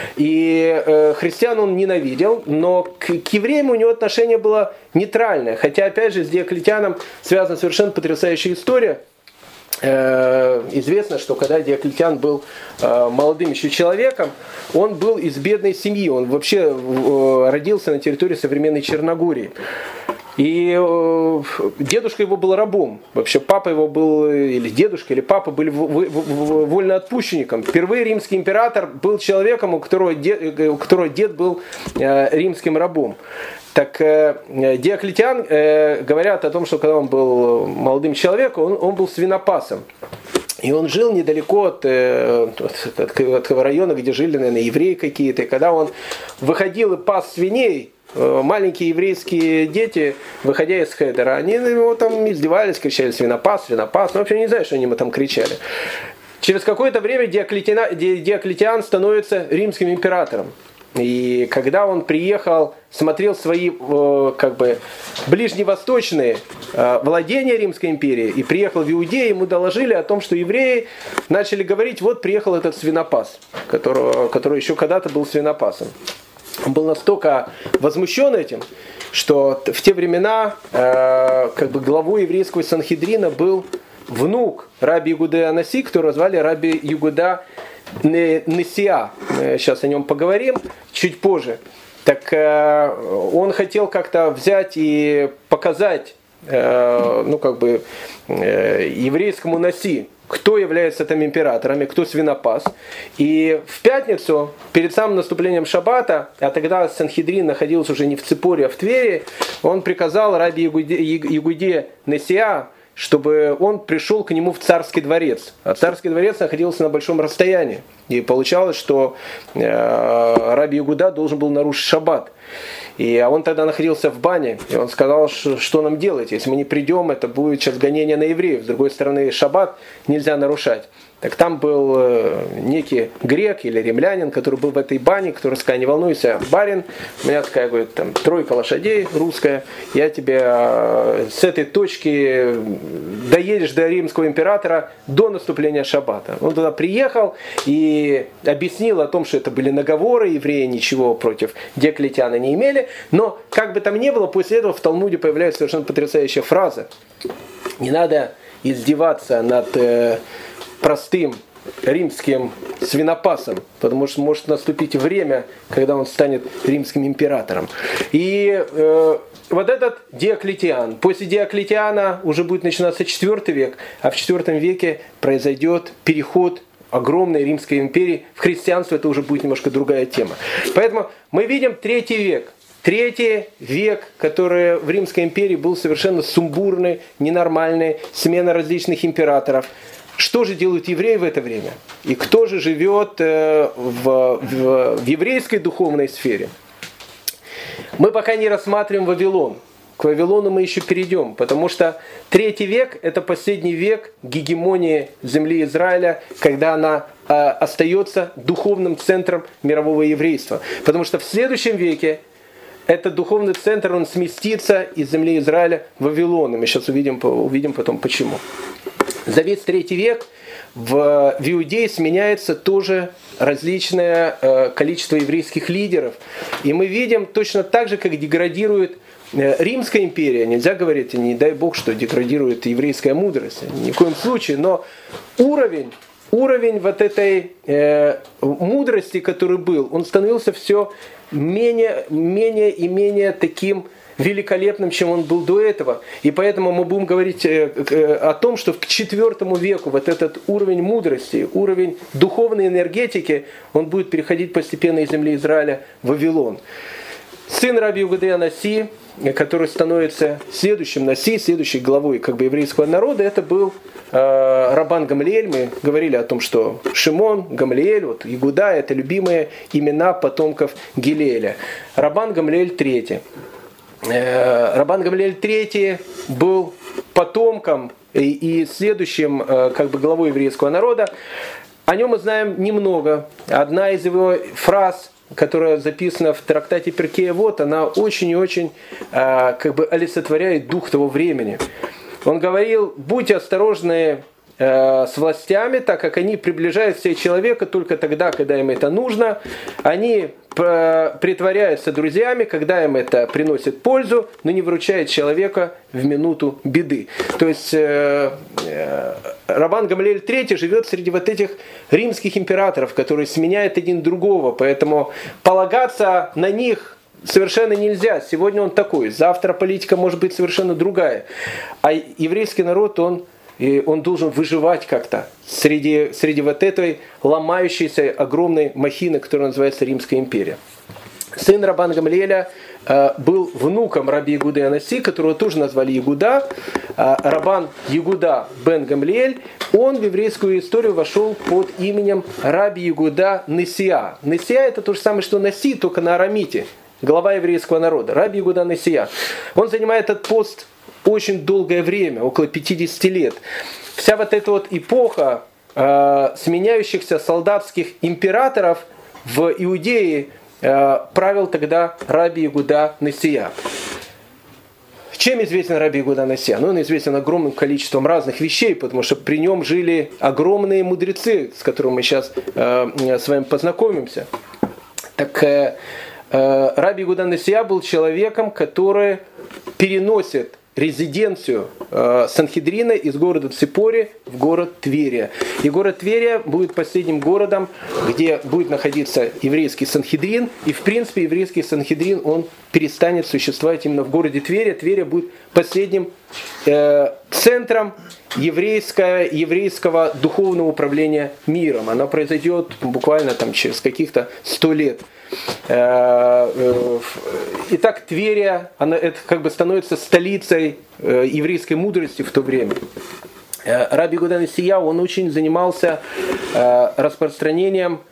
И христиан он ненавидел, но к евреям у него отношение было нейтральное. Хотя, опять же, с Диоклетианом связана совершенно потрясающая история. Известно, что когда Диоклетиан был молодым еще человеком, он был из бедной семьи, он вообще родился на территории современной Черногории. И дедушка его был рабом. Вообще папа его был, или дедушка, или папа были вольноотпущенником. Впервые римский император был человеком, у которого дед был римским рабом. Так Диоклетиан, говорят о том, что когда он был молодым человеком, он был свинопасом. И он жил недалеко от района, где жили, наверное, евреи какие-то. И когда он выходил и пас свиней, маленькие еврейские дети, выходя из хедера, они его там издевались, кричали «свинопас, свинопас». Ну, вообще не знаю, что они ему там кричали. Через какое-то время Диоклетиан становится римским императором. И когда он приехал, смотрел свои как бы ближневосточные владения Римской империи и приехал в Иудею, ему доложили о том, что евреи начали говорить: вот приехал этот свинопас, который еще когда-то был свинопасом. Он был настолько возмущен этим, что в те времена как бы главой еврейского Санхедрина был внук раби Ягуды Анаси, которого звали раби Ягуда Несия. Сейчас о нем поговорим чуть позже. Так он хотел как-то взять и показать еврейскому Наси, кто является там императором и кто свинопас. И в пятницу, перед самым наступлением Шаббата, а тогда Санхедрин находился уже не в Ципоре, а в Твери, он приказал раби Ягуде Несия, чтобы он пришел к нему в царский дворец. А царский дворец находился на большом расстоянии. И получалось, что раби Ягуда должен был нарушить шаббат. А он тогда находился в бане. И он сказал, что нам делать? Если мы не придем, это будет сейчас гонение на евреев. С другой стороны, шаббат нельзя нарушать. Так там был некий грек или римлянин, который был в этой бане, который сказал: не волнуйся, барин, у меня такая, говорит, там 3 лошадей русская, я тебе с этой точки доедешь до римского императора до наступления шаббата. Он туда приехал и объяснил о том, что это были наговоры, евреи ничего против Диоклетиана не имели, но как бы там ни было, после этого в Талмуде появляется совершенно потрясающая фраза: не надо издеваться над простым римским свинопасом, потому что может наступить время, когда он станет римским императором. И вот этот Диоклетиан, после Диоклетиана уже будет начинаться 4 век, а в 4 веке произойдет переход огромной Римской империи в христианство. Это уже будет немножко другая тема. Поэтому мы видим 3 век. 3 век, который в Римской империи был совершенно сумбурный, ненормальный, смена различных императоров. Что же делают евреи в это время? И кто же живет в еврейской духовной сфере? Мы пока не рассматриваем Вавилон. К Вавилону мы еще перейдем, потому что 3 век – это последний век гегемонии земли Израиля, когда она остается духовным центром мирового еврейства. Потому что в следующем веке этот духовный центр, он сместится из земли Израиля в Вавилон. И мы сейчас увидим потом почему. За весь 3 век в Иудее сменяется тоже различное количество еврейских лидеров. И мы видим точно так же, как деградирует Римская империя, нельзя говорить, не дай бог, что деградирует еврейская мудрость, ни в коем случае, но уровень вот этой мудрости, который был, он становился все менее и менее таким великолепным, чем он был до этого. И поэтому мы будем говорить о том, что к IV веку вот этот уровень мудрости, уровень духовной энергетики, он будет переходить постепенно из земли Израиля в Вавилон. Сын Раби Йehудея Наси, который становится следующим Наси, следующей главой еврейского народа, это был Рабан Гамлиэль. Мы говорили о том, что Шимон, Гамлиэль, Иегуда — это любимые имена потомков Гилеля. Рабан Гамлиэль III. Рабан Гамлиэль III был потомком и следующим главой еврейского народа. О нем мы знаем немного. Одна из его фраз, которая записана в трактате Перкей Авот, она очень и очень олицетворяет дух того времени. Он говорил: будьте осторожны с властями, так как они приближают себе человека только тогда, когда им это нужно. Они притворяются друзьями, когда им это приносит пользу, но не выручает человека в минуту беды. То есть Рабан Гамлиэль III живет среди вот этих римских императоров, которые сменяют один другого, поэтому полагаться на них совершенно нельзя. Сегодня он такой, завтра политика может быть совершенно другая. А еврейский народ, он должен выживать как-то среди вот этой ломающейся огромной махины, которая называется Римская империя. Сын Рабан Гамлиэля был внуком Раби Йehудея Наси, которого тоже назвали Иегуда. Рабан Иегуда бен Гамлиэль, он в еврейскую историю вошел под именем Раби Йehуда Несия. Несия — это то же самое, что Наси, только на арамите. Глава еврейского народа. Раби Йehуда Несия. Он занимает этот пост очень долгое время, около 50 лет. Вся вот эта эпоха сменяющихся солдатских императоров в Иудее правил тогда Раби Йehуда Несия. Чем известен Раби Йehуда Несия? Он известен огромным количеством разных вещей, потому что при нем жили огромные мудрецы, с которыми мы сейчас с вами познакомимся. Так Раби Йehуда Несия был человеком, который переносит резиденцию Санхедрина из города Ципори в город Тверия. И город Тверия будет последним городом, где будет находиться еврейский Санхедрин. И в принципе еврейский Санхедрин, он перестанет существовать именно в городе Тверия. Тверия будет последним центром еврейского духовного управления миром. Оно произойдет буквально через каких-то 100 лет. Итак, Тверия, она это становится столицей еврейской мудрости в то время. Раби Йehуда Несия, он очень занимался распространением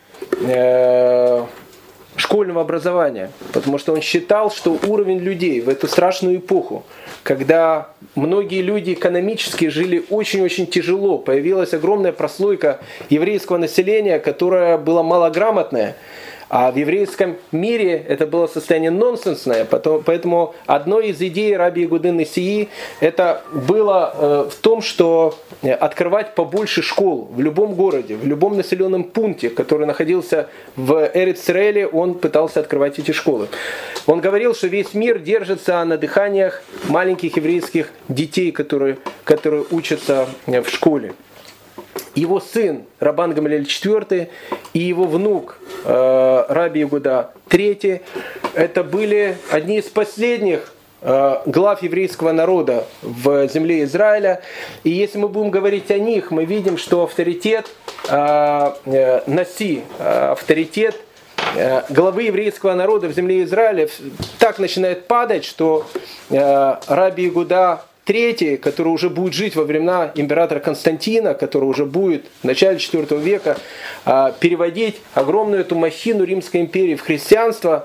школьного образования, потому что он считал, что уровень людей в эту страшную эпоху, когда многие люди экономически жили очень-очень тяжело, появилась огромная прослойка еврейского населения, которая была малограмотная, а в еврейском мире это было состояние нонсенсное. Поэтому одной из идей Раби Йehуды Несии это было в том, что открывать побольше школ в любом городе, в любом населенном пункте, который находился в Эрец-Исраэле, он пытался открывать эти школы. Он говорил, что весь мир держится на дыханиях маленьких еврейских детей, которые учатся в школе. Его сын Рабан Гамлиэль IV и его внук Раби Йehуда III это были одни из последних глав еврейского народа в земле Израиля. И если мы будем говорить о них, мы видим, что авторитет Наси, авторитет главы еврейского народа в земле Израиля так начинает падать, что Раби Йehуда III, который уже будет жить во времена императора Константина, который уже будет в начале IV века переводить огромную эту махину Римской империи в христианство,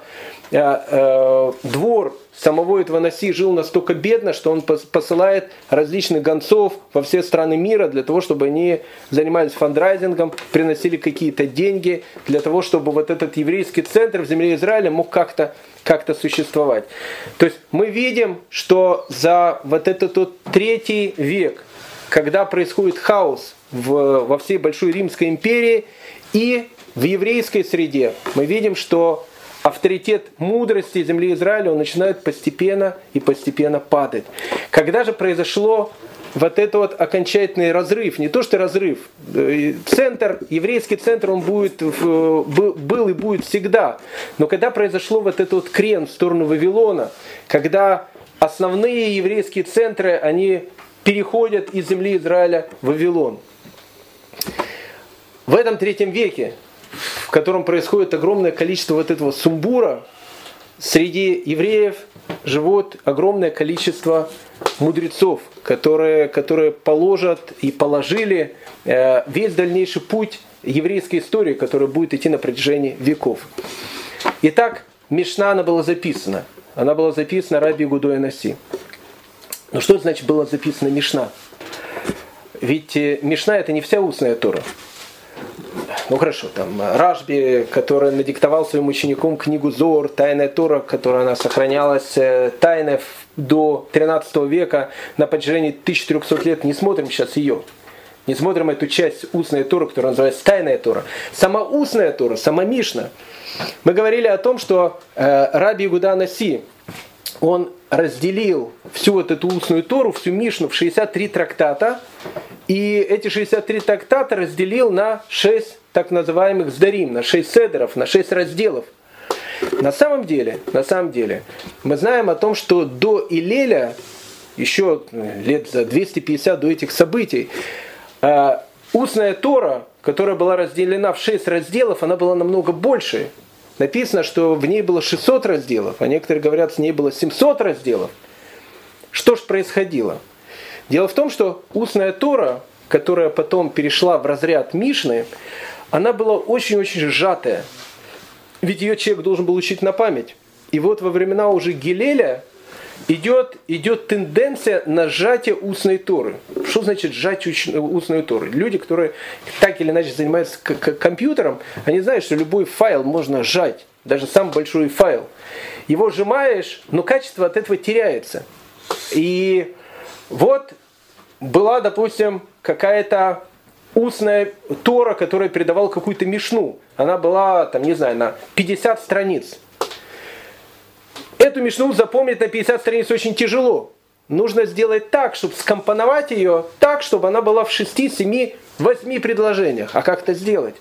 двор самого этого Наси жил настолько бедно, что он посылает различных гонцов во все страны мира для того, чтобы они занимались фандрайзингом, приносили какие-то деньги, для того, чтобы вот этот еврейский центр в земле Израиля мог как-то существовать. То есть мы видим, что за вот этот III век, когда происходит хаос во всей Большой Римской империи и в еврейской среде, мы видим, что авторитет мудрости земли Израиля, он начинает постепенно и постепенно падать. Когда же произошло вот этот вот окончательный разрыв, не то что разрыв, центр, еврейский центр, он был и будет всегда. Но когда произошло вот этот вот крен в сторону Вавилона, когда основные еврейские центры, они переходят из земли Израиля в Вавилон. В этом 3 веке, в котором происходит огромное количество вот этого сумбура, среди евреев живут огромное количество мудрецов, которые положат и положили весь дальнейший путь еврейской истории, который будет идти на протяжении веков. Итак, Мишна, она была записана. Она была записана Раби Ягудой Анаси. Но что значит была записана Мишна? Ведь Мишна это не вся устная Тора. Ну хорошо, там Рашби, который надиктовал своим ученикам книгу Зоар, тайная Тора, которая она сохранялась тайно до 13 века, на протяжении 1300 лет, не смотрим сейчас ее. Не смотрим эту часть устной Торы, которая называется тайная Тора. Сама устная Тора, сама Мишна. Мы говорили о том, что Раби Ягуда Анаси, он разделил всю вот эту устную Тору, всю Мишну в 63 трактата, и эти 63 трактата разделил на 6 так называемых сдарим, на 6 седеров, на 6 разделов. На самом деле, мы знаем о том, что до Илеля, еще лет за 250 до этих событий, устная Тора, которая была разделена в 6 разделов, она была намного больше. Написано, что в ней было 600 разделов, а некоторые говорят, в ней было 700 разделов. Что же происходило? Дело в том, что устная Тора, которая потом перешла в разряд Мишны, она была очень-очень сжатая. Ведь ее человек должен был учить на память. И вот во времена уже Гилеля идет тенденция на сжатие устной Торы. Что значит сжать устную Тору? Люди, которые так или иначе занимаются компьютером, они знают, что любой файл можно сжать. Даже самый большой файл. Его сжимаешь, но качество от этого теряется. И вот была, допустим, какая-то устная Тора, которая передавала какую-то мишну. Она была, там, не знаю, на 50 страниц. Эту мишну запомнить на 50 страниц очень тяжело. Нужно сделать так, чтобы скомпоновать ее так, чтобы она была в 6, 7, 8 предложениях. А как это сделать?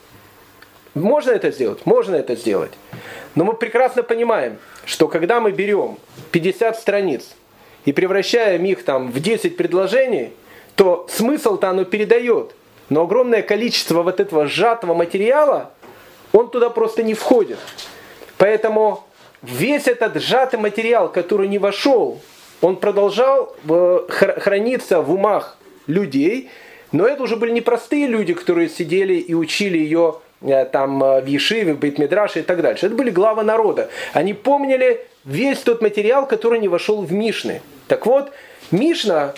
Можно это сделать? Можно это сделать. Но мы прекрасно понимаем, что когда мы берем 50 страниц и превращаем их там в 10 предложений, то смысл-то оно передает. Но огромное количество вот этого сжатого материала, он туда просто не входит. Поэтому весь этот сжатый материал, который не вошел, он продолжал храниться в умах людей, но это уже были не простые люди, которые сидели и учили ее там, в Ешиве, в Бейт-Мидраше и так дальше. Это были главы народа. Они помнили весь тот материал, который не вошел в Мишны. Так вот, Мишна,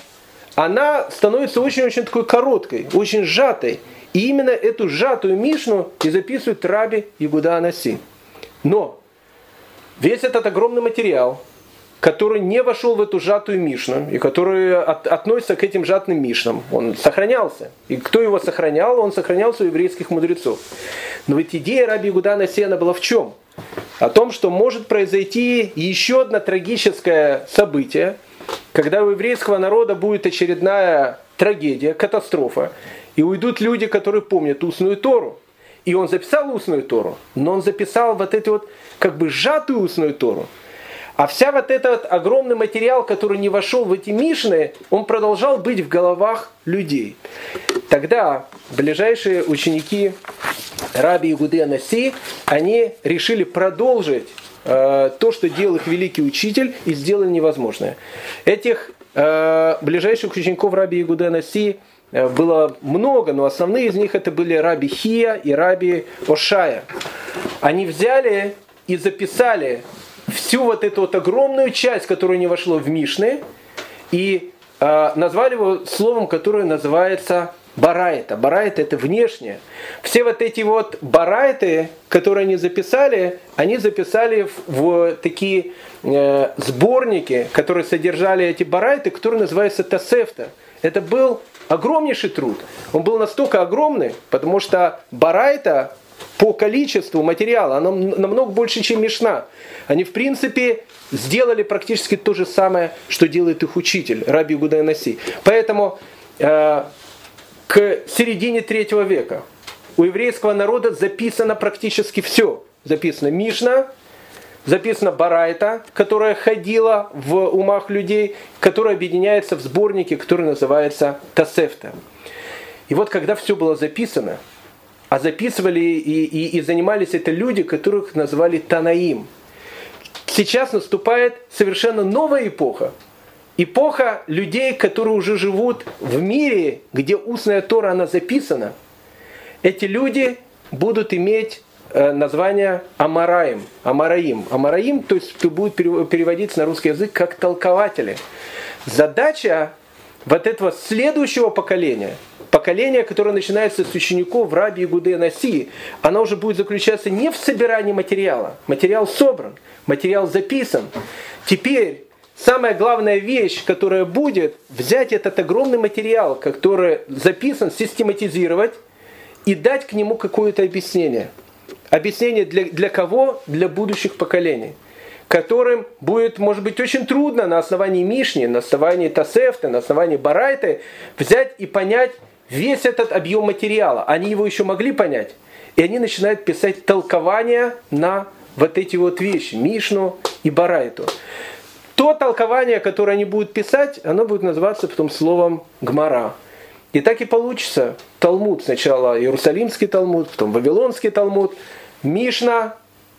она становится очень-очень такой короткой, очень сжатой. И именно эту сжатую Мишну и записывает Раби Ягуда Анаси. Но весь этот огромный материал, который не вошел в эту сжатую Мишну, и который относится к этим сжатым Мишнам, он сохранялся. И кто его сохранял? Он сохранялся у еврейских мудрецов. Но ведь идея Раби Ягуда Анаси, она была в чем? О том, что может произойти еще одно трагическое событие, когда у еврейского народа будет очередная трагедия, катастрофа, и уйдут люди, которые помнят устную Тору. И он записал устную Тору, но он записал вот эту вот как бы сжатую устную Тору. А вся вот этот огромный материал, который не вошел в эти Мишны, он продолжал быть в головах людей. Тогда ближайшие ученики Раби Ягуды Анаси, они решили продолжить то, что делал их великий учитель, и сделали невозможное. Этих ближайших учеников Раби Ягуды Анаси было много, но основные из них это были Раби Хия и Раби Ошая. Они взяли и записали всю вот эту вот огромную часть, которая не вошла в Мишны, и назвали его словом, которое называется барайта. Барайта это внешнее. Все вот эти вот барайты, которые они записали в такие сборники, которые содержали эти барайты, которые называются Тосефта. Это был огромнейший труд. Он был настолько огромный, потому что барайта по количеству материала, оно намного больше, чем Мишна. Они, в принципе, сделали практически то же самое, что делает их учитель, Раби Иуда Анаси. Поэтому к середине 3 века у еврейского народа записано практически все. Записано Мишна, записано Барайта, которая ходила в умах людей, которая объединяется в сборнике, который называется Тосефта. И вот когда все было записано, а записывали и занимались это люди, которых назвали Танаим. Сейчас наступает совершенно новая эпоха. Эпоха людей, которые уже живут в мире, где устная Тора, она записана. Эти люди будут иметь название Амараим. Амараим, то есть будет переводиться на русский язык как толкователи. Задача вот этого следующего поколения, которое начинается с учеников Раби Игуды Анаси, она уже будет заключаться не в собирании материала. Материал собран, материал записан. Теперь самая главная вещь, которая будет, взять этот огромный материал, который записан, систематизировать и дать к нему какое-то объяснение. Объяснение для кого? Для будущих поколений, которым будет, может быть, очень трудно на основании Мишни, на основании Тосефты, на основании Барайты взять и понять весь этот объем материала. Они его еще могли понять. И они начинают писать толкования на вот эти вот вещи, Мишну и Барайту. То толкование, которое они будут писать, оно будет называться потом словом Гмара. И так и получится Талмуд. Сначала Иерусалимский Талмуд, потом Вавилонский Талмуд, Мишна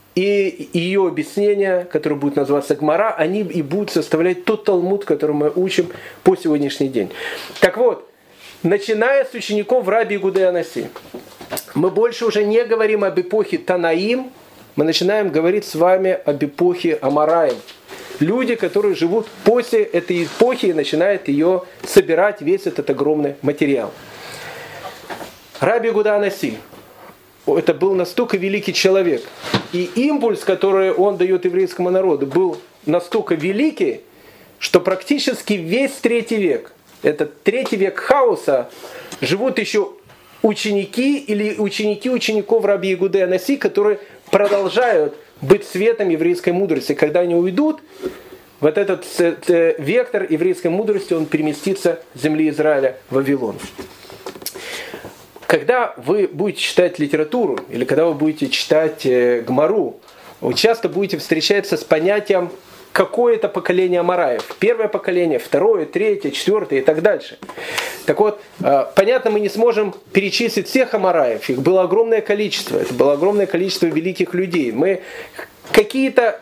и ее объяснения, которые будут называться Гмара, они и будут составлять тот Талмуд, который мы учим по сегодняшний день. Так вот, начиная с учеников Раби Игуды Анаси, мы больше уже не говорим об эпохе Танаим, мы начинаем говорить с вами об эпохе Амараим. Люди, которые живут после этой эпохи и начинают ее собирать, весь этот огромный материал. Раби Игуда Анаси, это был настолько великий человек. И импульс, который он дает еврейскому народу, был настолько великий, что практически весь 3 век, этот 3 век хаоса, живут еще ученики или ученики учеников Раби Игуды Анаси, которые продолжают быть светом еврейской мудрости. Когда они уйдут, вот этот вектор еврейской мудрости, он переместится с земли Израиля в Вавилон. Когда вы будете читать литературу, или когда вы будете читать Гмару, вы часто будете встречаться с понятием какое-то поколение Амараев. Первое поколение, второе, третье, четвертое и так дальше. Так вот, понятно, мы не сможем перечислить всех Амараев. Их было огромное количество. Это было огромное количество великих людей. Мы какие-то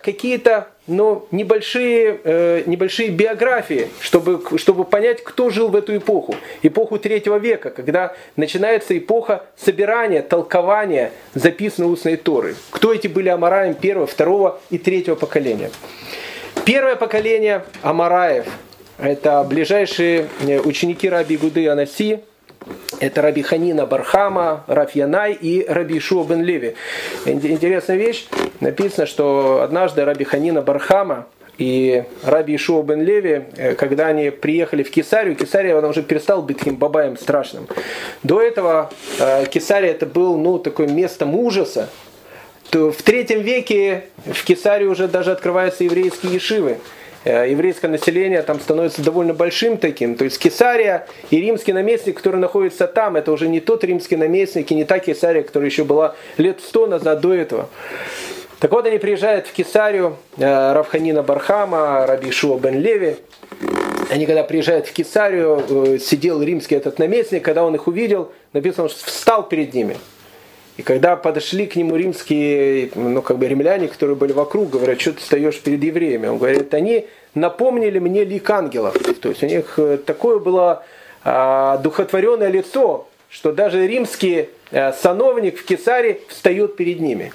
небольшие биографии, чтобы понять, кто жил в эту эпоху. Эпоху 3 века, когда начинается эпоха собирания, толкования записанной устной Торы. Кто эти были Амараем 1, 2 и 3 поколения? Первое поколение Амараев – это ближайшие ученики Раби Игуды Анаси. Это Раби Ханина бар Хама, Рав Янай и Раби Йешуа бен Леви. Интересная вещь. Написано, что однажды Раби Ханина бар Хама и Раби Йешуа бен Леви, когда они приехали в Кесарию, Кесария она уже перестала быть таким бабаем страшным. До этого Кесария это был такое местом ужаса. В 3 веке в Кесарии уже даже открываются еврейские ешивы. Еврейское население там становится довольно большим таким. То есть Кесария и римский наместник, который находится там, это уже не тот римский наместник и не та Кесария, которая еще была лет 100 назад до этого. Так вот, они приезжают в Кесарию, Рав Ханина бар Хама, Раби Йешуа бен Леви. Они когда приезжают в Кесарию, сидел римский этот наместник, когда он их увидел, написано, что встал перед ними. И когда подошли к нему римские, римляне, которые были вокруг, говорят, что ты стоишь перед евреями? Он говорит, они напомнили мне лик ангелов. То есть у них такое было духотворенное лицо, что даже римский сановник в Кесаре встает перед ними.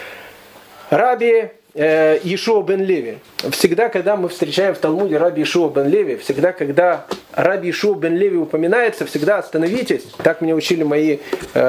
Раби Йешуа бен Леви. Всегда, когда мы встречаем в Талмуде Раби Йешуа бен Леви, всегда, когда Раби Йешуа бен Леви упоминается, всегда остановитесь. Так меня учили мои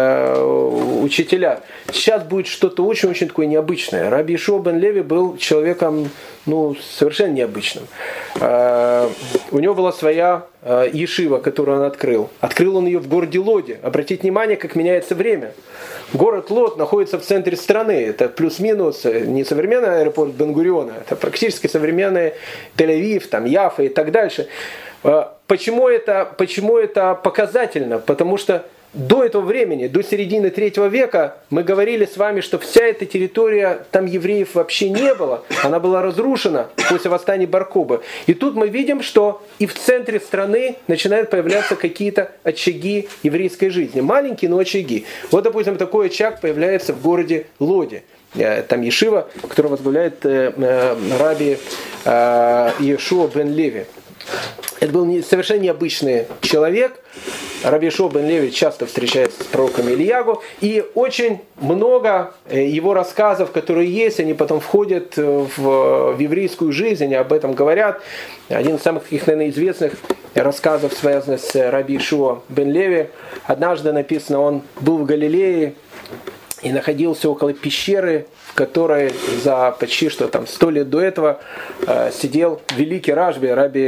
учителя. Сейчас будет что-то очень-очень такое необычное. Раби Йешуа бен Леви был человеком совершенно необычным. у него была своя ешива, которую он открыл. Открыл он ее в городе Лоде. Обратите внимание, как меняется время. Город Лод находится в центре страны. Это плюс-минус не современный аэропорт Бен-Гуриона, это практически современный Тель-Авив, там, Яффа и так дальше. Почему это показательно? Потому что до этого времени, до середины 3 века, мы говорили с вами, что вся эта территория, там евреев вообще не было. Она была разрушена после восстания Бар-Кохбы. И тут мы видим, что и в центре страны начинают появляться какие-то очаги еврейской жизни. Маленькие, но очаги. Вот, допустим, такой очаг появляется в городе Лоде. Там ешива, которую возглавляет раби Иешуа бен Леви. Это был совершенно необычный человек. Раби Иешуа бен Леви часто встречается с пророком Ильягу. И очень много его рассказов, которые есть, они потом входят в еврейскую жизнь, они об этом говорят. Один из самых таких, наверное, известных рассказов, связанных с раби Иешуа бен Леви. Однажды написано, он был в Галилее и находился около пещеры, в которой за почти 100 лет до этого сидел великий раби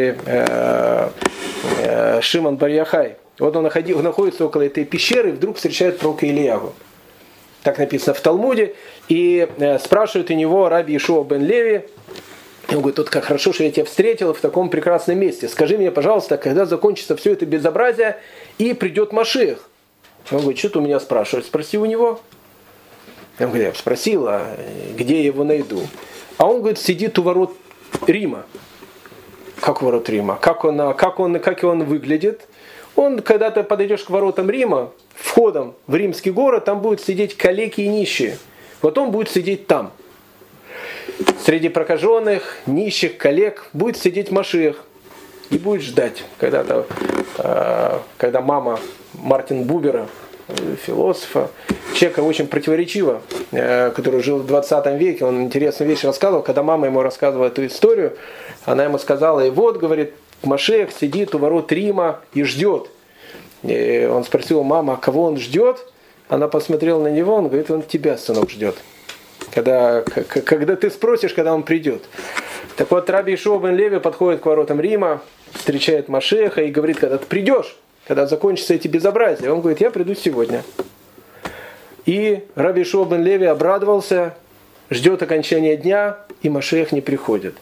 Шимон бар Йохай. Вот он находится около этой пещеры и вдруг встречает пророка Ильягу. Так написано в Талмуде. И спрашивает у него раби Иешуа бен Леви. Он говорит, вот как хорошо, что я тебя встретил в таком прекрасном месте. Скажи мне, пожалуйста, когда закончится все это безобразие и придет Машиах? Он говорит, что ты у меня спрашиваешь? Спроси у него. Я говорю, я спросил, а где я его найду? А он, говорит, сидит у ворот Рима. Как у ворот Рима? Как он выглядит? Он, когда ты подойдешь к воротам Рима, входом в римский город, там будут сидеть калеки и нищие. Вот он будет сидеть там. Среди прокаженных, нищих, калек будет сидеть Машиах. И будет ждать, когда мама Мартина Бубера, философа, человека очень противоречивого, который жил в 20 веке, он интересную вещь рассказывал, когда мама ему рассказывала эту историю, она ему сказала, и вот, говорит, Машиах сидит у ворот Рима и ждет. И он спросил, мама, кого он ждет? Она посмотрела на него, он говорит, он тебя, сынок, ждет. Когда ты спросишь, когда он придет. Так вот, раби Иешуа бен Леви подходит к воротам Рима, встречает Машиаха и говорит, когда ты придешь, когда закончатся эти безобразия. Он говорит, я приду сегодня. И раби Иешуа бен Леви обрадовался, ждет окончания дня, и Машиах не приходит.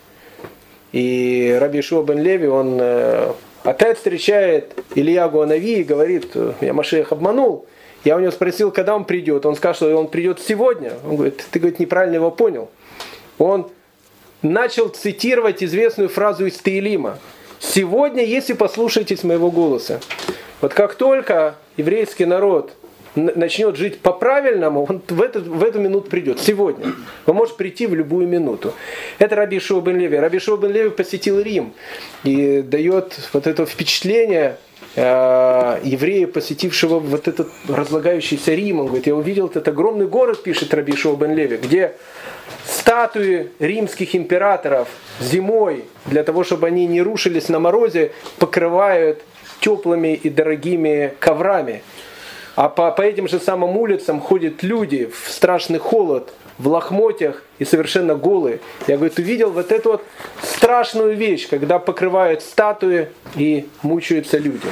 И раби Иешуа бен Леви, он опять встречает Ильягу ха-Нави и говорит, я Машиах обманул. Я у него спросил, когда он придет. Он сказал, что он придет сегодня. Он говорит, ты, говорит, неправильно его понял. Он начал цитировать известную фразу из Теилима. «Сегодня, если послушаетесь моего голоса». Вот как только еврейский народ начнет жить по-правильному, он в эту минуту придет. Сегодня. Он может прийти в любую минуту. Это раби Иешуа бен Леви. Раби Иешуа бен Леви посетил Рим и дает вот это впечатление еврея, посетившего вот этот разлагающийся Рим. Он говорит, я увидел этот огромный город, пишет раби Иешуа бен Леви, где статуи римских императоров зимой, для того, чтобы они не рушились на морозе, покрывают теплыми и дорогими коврами. А по этим же самым улицам ходят люди в страшный холод, в лохмотьях и совершенно голые. Я, говорит, увидел вот эту вот страшную вещь, когда покрывают статуи и мучаются люди.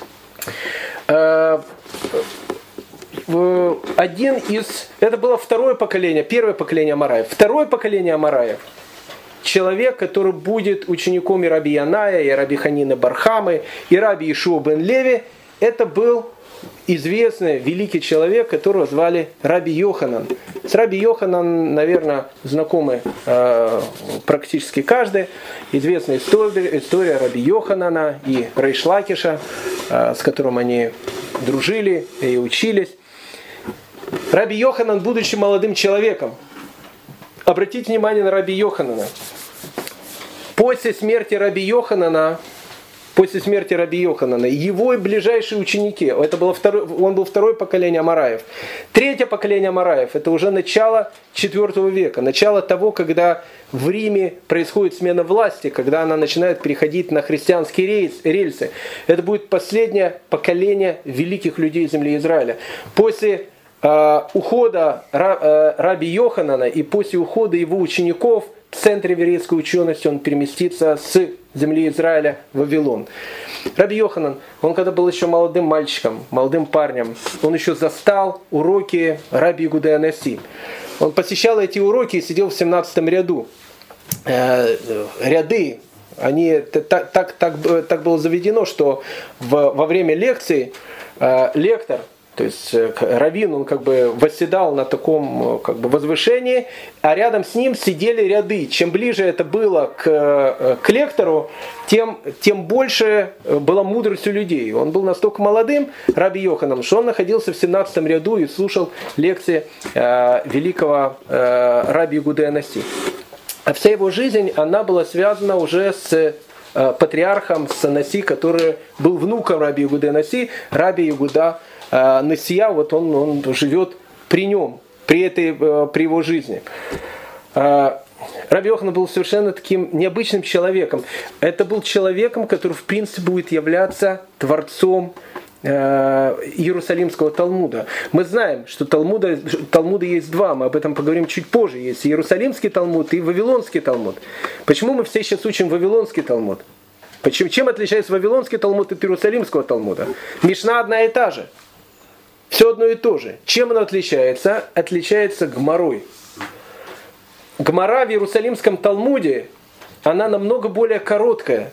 Это было второе поколение, первое поколение Амараев. Второе поколение Амараев. Человек, который будет учеником и раби Яная, и раби Ханины бар Хаммы, и раби Иешуа бен Леви, это был известный великий человек, которого звали раби Йоханан. С раби Йоханан, наверное, знакомы практически каждый. Известная история раби Йоханана и Рейш Лакиша, с которым они дружили и учились. Раби Йоханан, будучи молодым человеком, обратите внимание на раби Йоханана. После смерти раби Йоханана, его ближайшие ученики, он был второе поколение Амараев. Третье поколение Амараев, это уже начало IV века, начало того, когда в Риме происходит смена власти, когда она начинает переходить на христианские рельсы. Это будет последнее поколение великих людей земли Израиля. После ухода раби Йоханана и после ухода его учеников в центре еврейской учености он переместится с земли Израиля Вавилон. Раби Йоханан, он когда был еще молодым мальчиком, молодым парнем, он еще застал уроки раби Ягуды Анаси. Он посещал эти уроки и сидел в 17 ряду. Ряды, они, так было заведено, что во время лекции лектор, то есть раввин, он как бы восседал на таком как бы возвышении, а рядом с ним сидели ряды. Чем ближе это было к лектору, тем больше была мудрость у людей. Он был настолько молодым, раби Йоханом, что он находился в 17 ряду и слушал лекции великого раби Ягуды Анаси. А вся его жизнь, она была связана уже с патриархом, с Анаси, который был внуком раби Ягуды Анаси, раби Ягуда Насия, вот он живет при нем, при его жизни. Раби Йоханан был совершенно таким необычным человеком. Это был человеком, который в принципе будет являться творцом Иерусалимского Талмуда. Мы знаем, что Талмуда есть два, мы об этом поговорим чуть позже. Есть Иерусалимский Талмуд и Вавилонский Талмуд. Почему мы все сейчас учим Вавилонский Талмуд? Чем отличается Вавилонский Талмуд от Иерусалимского Талмуда? Мишна одна и та же. Все одно и то же. Чем оно отличается? Отличается гмарой. Гмара в Иерусалимском Талмуде, она намного более короткая.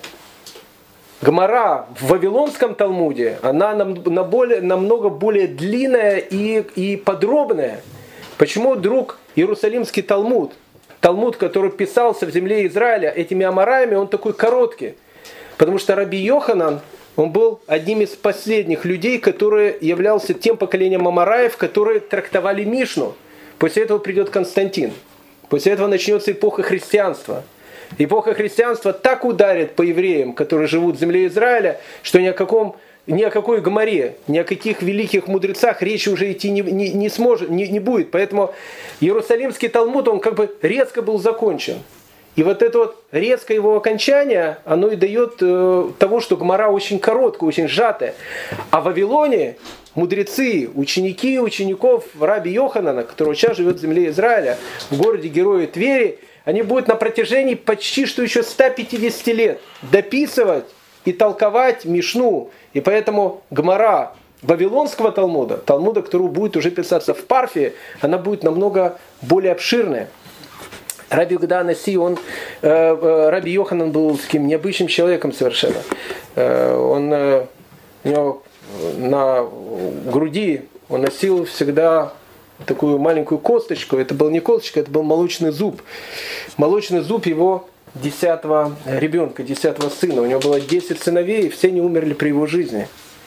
Гмара в Вавилонском Талмуде, она намного более длинная и подробная. Почему вдруг Иерусалимский Талмуд, который писался в земле Израиля этими амараями, он такой короткий? Потому что раби Йоханан, он был одним из последних людей, который являлся тем поколением амараев, которые трактовали Мишну. После этого придет Константин. После этого начнется эпоха христианства. Эпоха христианства так ударит по евреям, которые живут в земле Израиля, что ни о какой гмаре, ни о каких великих мудрецах речи уже идти не будет. Поэтому Иерусалимский Талмуд, он как бы резко был закончен. И вот это вот резкое его окончание, оно и дает того, что гмара очень короткая, очень сжатая. А в Вавилоне мудрецы, ученики учеников раби Йоханана, который сейчас живет в земле Израиля, в городе Героя Твери, они будут на протяжении почти что еще 150 лет дописывать и толковать Мишну. И поэтому гмара Вавилонского Талмуда, который будет уже писаться в Парфе, она будет намного более обширная. Раби Ягуда Анаси, раби Йоханан был таким необычным человеком совершенно. У него на груди он носил всегда такую маленькую косточку. Это был не косточка, это был молочный зуб. Молочный зуб его 10-го ребенка, 10-го сына. У него было 10 сыновей, и все они умерли при его жизни.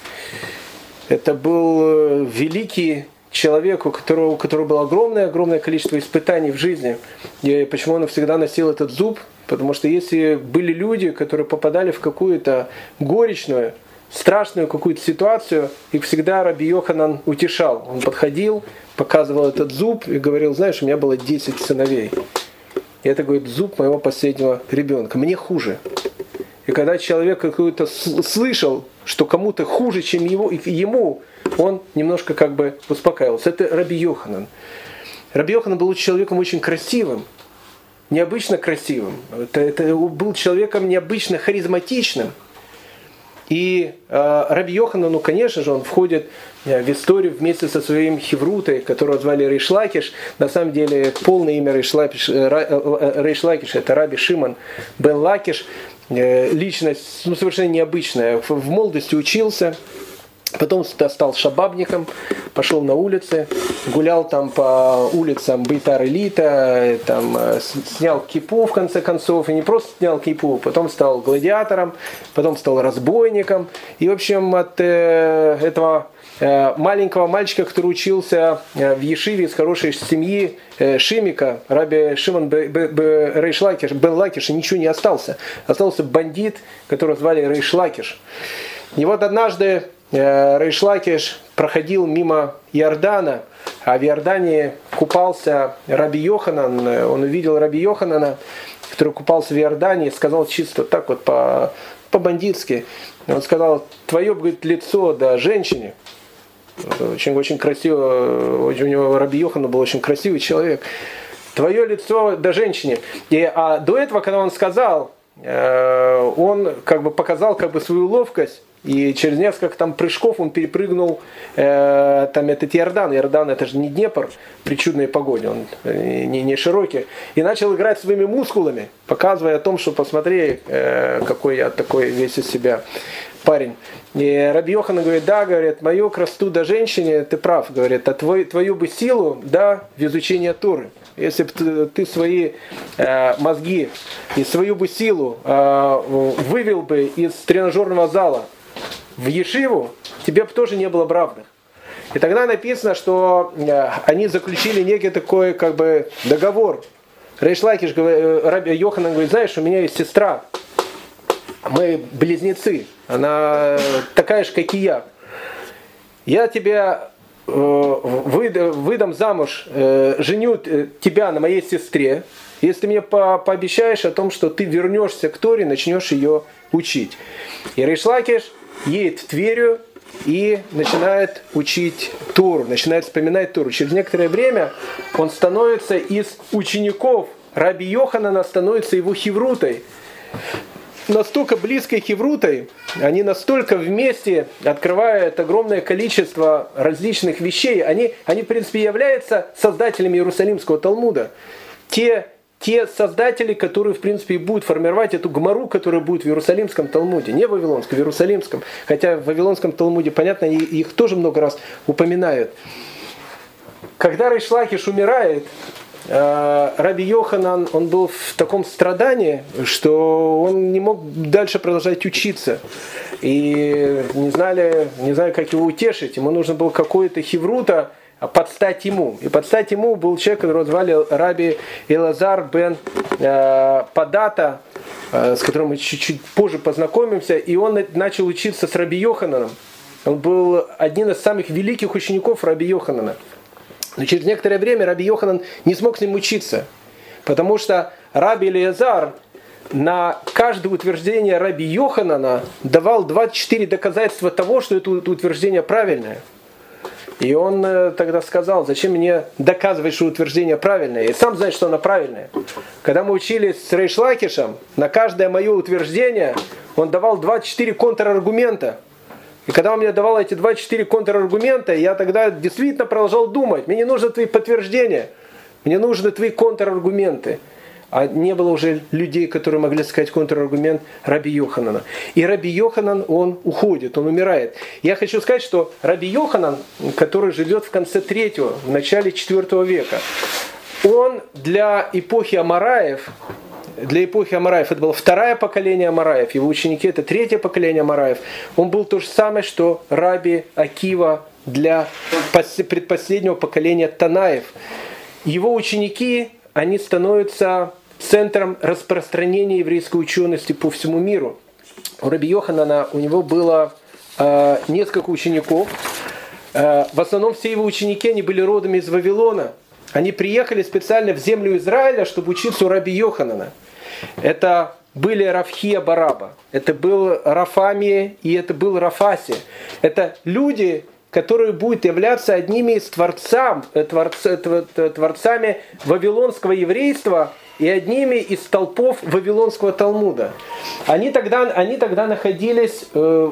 Это был великий человек, у которого было огромное количество испытаний в жизни. И почему он всегда носил этот зуб? Потому что если были люди, которые попадали в какую-то горечную, страшную какую-то ситуацию, их всегда раби Йоханан утешал. Он подходил, показывал этот зуб и говорил: знаешь, у меня было 10 сыновей. И это, говорит, зуб моего последнего ребенка. Мне хуже. И когда человек какой-то слышал, что кому-то хуже, чем ему, он немножко как бы успокаивался. Это раби Йоханан. Раби Йоханан был человеком очень красивым, необычно красивым. Это был человеком необычно харизматичным. И раби Йоханан, конечно же, он входит в историю вместе со своим хеврутой, которого звали Рейш Лакиш. На самом деле полное имя Рейш Лакиш это раби Шимон бен Лакиш. Личность совершенно необычная. В молодости учился, потом стал шабабником, пошел на улицы, гулял там по улицам Бейтар-Илита, там снял кипу в конце концов, и не просто снял кипу, потом стал гладиатором, потом стал разбойником. И в общем от этого маленького мальчика, который учился в ешиве из хорошей семьи Шимика, раби Шимон Рейш Лакиш, бен Лакиш, и ничего не остался. Остался бандит, которого звали Рейш Лакиш. И вот однажды Рейш Лакиш проходил мимо Иордана, а в Иордане купался раби Йоханан. Он увидел раби Йоханана, который купался в Иордане, и сказал чисто так вот по-бандитски. Он сказал: твое, говорит, лицо, да, женщине. Очень красиво, у него раби Йоханан был очень красивый человек. Твое лицо, да, женщине. А до этого, когда он сказал он как бы показал как бы свою ловкость, и через несколько там прыжков он перепрыгнул там этот Иордан. Иордан это же не Днепр при чудной погоде, он не широкий. И начал играть своими мускулами, показывая о том, что посмотри, какой я такой весь из себя парень. И Раби Йоханан говорит, да, говорит, мою красоту до женщине, ты прав, говорит, а твою бы силу, да, в изучение Торы. Если бы ты свои мозги и свою бы силу вывел бы из тренажерного зала в Ешиву, тебе бы тоже не было равных. И тогда написано, что они заключили некий такой как бы договор. Рейш Лакиш, Раби Йоханан говорит, знаешь, у меня есть сестра, мы близнецы, она такая же, как и я. Я тебя выдам замуж, женю тебя на моей сестре, если ты мне пообещаешь о том, что ты вернешься к Торе, начнешь ее учить. И Рейш Лакиш едет в Тверию и начинает учить Тору, начинает вспоминать Тору. Через некоторое время он становится из учеников Раби Йоханана, становится его хеврутой. Настолько близкой хеврутой, они настолько вместе открывают огромное количество различных вещей. Они в принципе, являются создателями Иерусалимского Талмуда. Те создатели, которые, в принципе, и будут формировать эту гмару, которая будет в Иерусалимском Талмуде. Не в Вавилонском, в Иерусалимском. Хотя в Вавилонском Талмуде, понятно, их тоже много раз упоминают. Когда Рейш Лакиш умирает, Раби Йоханан, он был в таком страдании, что он не мог дальше продолжать учиться. И не знали, как его утешить. Ему нужно было какое-то хеврута под стать ему. И под стать ему был человек, которого звали Раби Элазар бен Падата, с которым мы чуть-чуть позже познакомимся. И он начал учиться с Раби Йохананом. Он был один из самых великих учеников Раби Йоханана. Но через некоторое время Раби Йоханан не смог с ним учиться, потому что Раби Элиазар на каждое утверждение Раби Йоханана давал 24 доказательства того, что это утверждение правильное. И он тогда сказал, зачем мне доказывать, что утверждение правильное? Я сам знаю, что оно правильное. Когда мы учились с Рейш Лакишем, на каждое мое утверждение он давал 24 контраргумента. И когда он мне давал эти 24 контраргумента, я тогда действительно продолжал думать. Мне не нужны твои подтверждения, мне нужны твои контраргументы. А не было уже людей, которые могли сказать контраргумент Раби Йоханана. И Раби Йоханан, он уходит, он умирает. Я хочу сказать, что Раби Йоханан, который живет в конце 3-го, в начале 4 века, он для эпохи Амараев, это было 2-е поколение Амараев, его ученики это 3-е поколение Амараев, он был то же самое, что Раби Акива для предпоследнего поколения Танаев. Его ученики, они становятся центром распространения еврейской учености по всему миру. У Раби Йоханана у него было несколько учеников. В основном все его ученики они были родом из Вавилона. Они приехали специально в землю Израиля, чтобы учиться у Раби Йоханана. Это были Равхия Бараба, это был Рафами и это был Рафаси. Это люди, которые будут являться одними из творцами вавилонского еврейства и одними из столпов Вавилонского Талмуда. Они тогда находились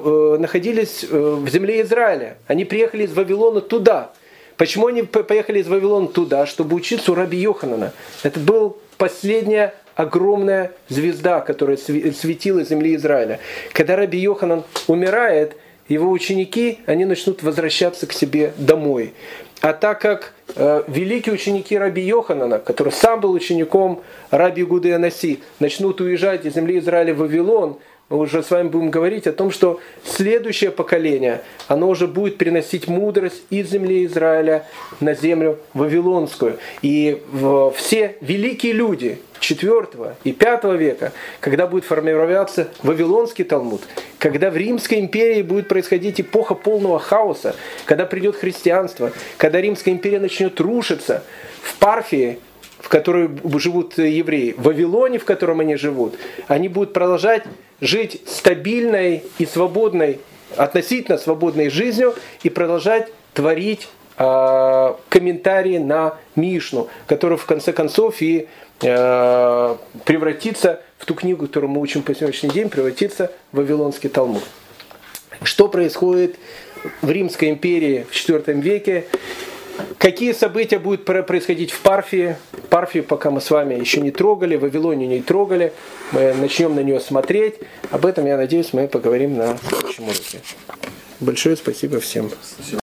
в земле Израиля. Они приехали из Вавилона туда. Почему они поехали из Вавилона туда? Чтобы учиться у Раби Йоханана. Это была последняя огромная звезда, которая светила из земли Израиля. Когда Раби Йоханан умирает, его ученики, они начнут возвращаться к себе домой. А так как великие ученики Раби Йоханана, который сам был учеником Раби Гуды Анаси, начнут уезжать из земли Израиля в Вавилон, мы уже с вами будем говорить о том, что следующее поколение, оно уже будет приносить мудрость из земли Израиля на землю Вавилонскую. И все великие люди 4 и 5 века, когда будет формироваться Вавилонский Талмуд, когда в Римской империи будет происходить эпоха полного хаоса, когда придет христианство, когда Римская империя начнет рушиться, в Парфии, в которой живут евреи, в Вавилоне, в котором они живут, они будут продолжать жить стабильной и свободной, относительно свободной жизнью и продолжать творить комментарии на Мишну, который в конце концов и превратится в ту книгу, которую мы учим по сегодняшний день, превратится в Вавилонский Талмуд. Что происходит в Римской империи в IV веке? Какие события будут происходить в Парфии? Парфию пока мы с вами еще не трогали, Вавилонию не трогали. Мы начнем на нее смотреть. Об этом, я надеюсь, мы поговорим на следующем уроке. Большое спасибо всем.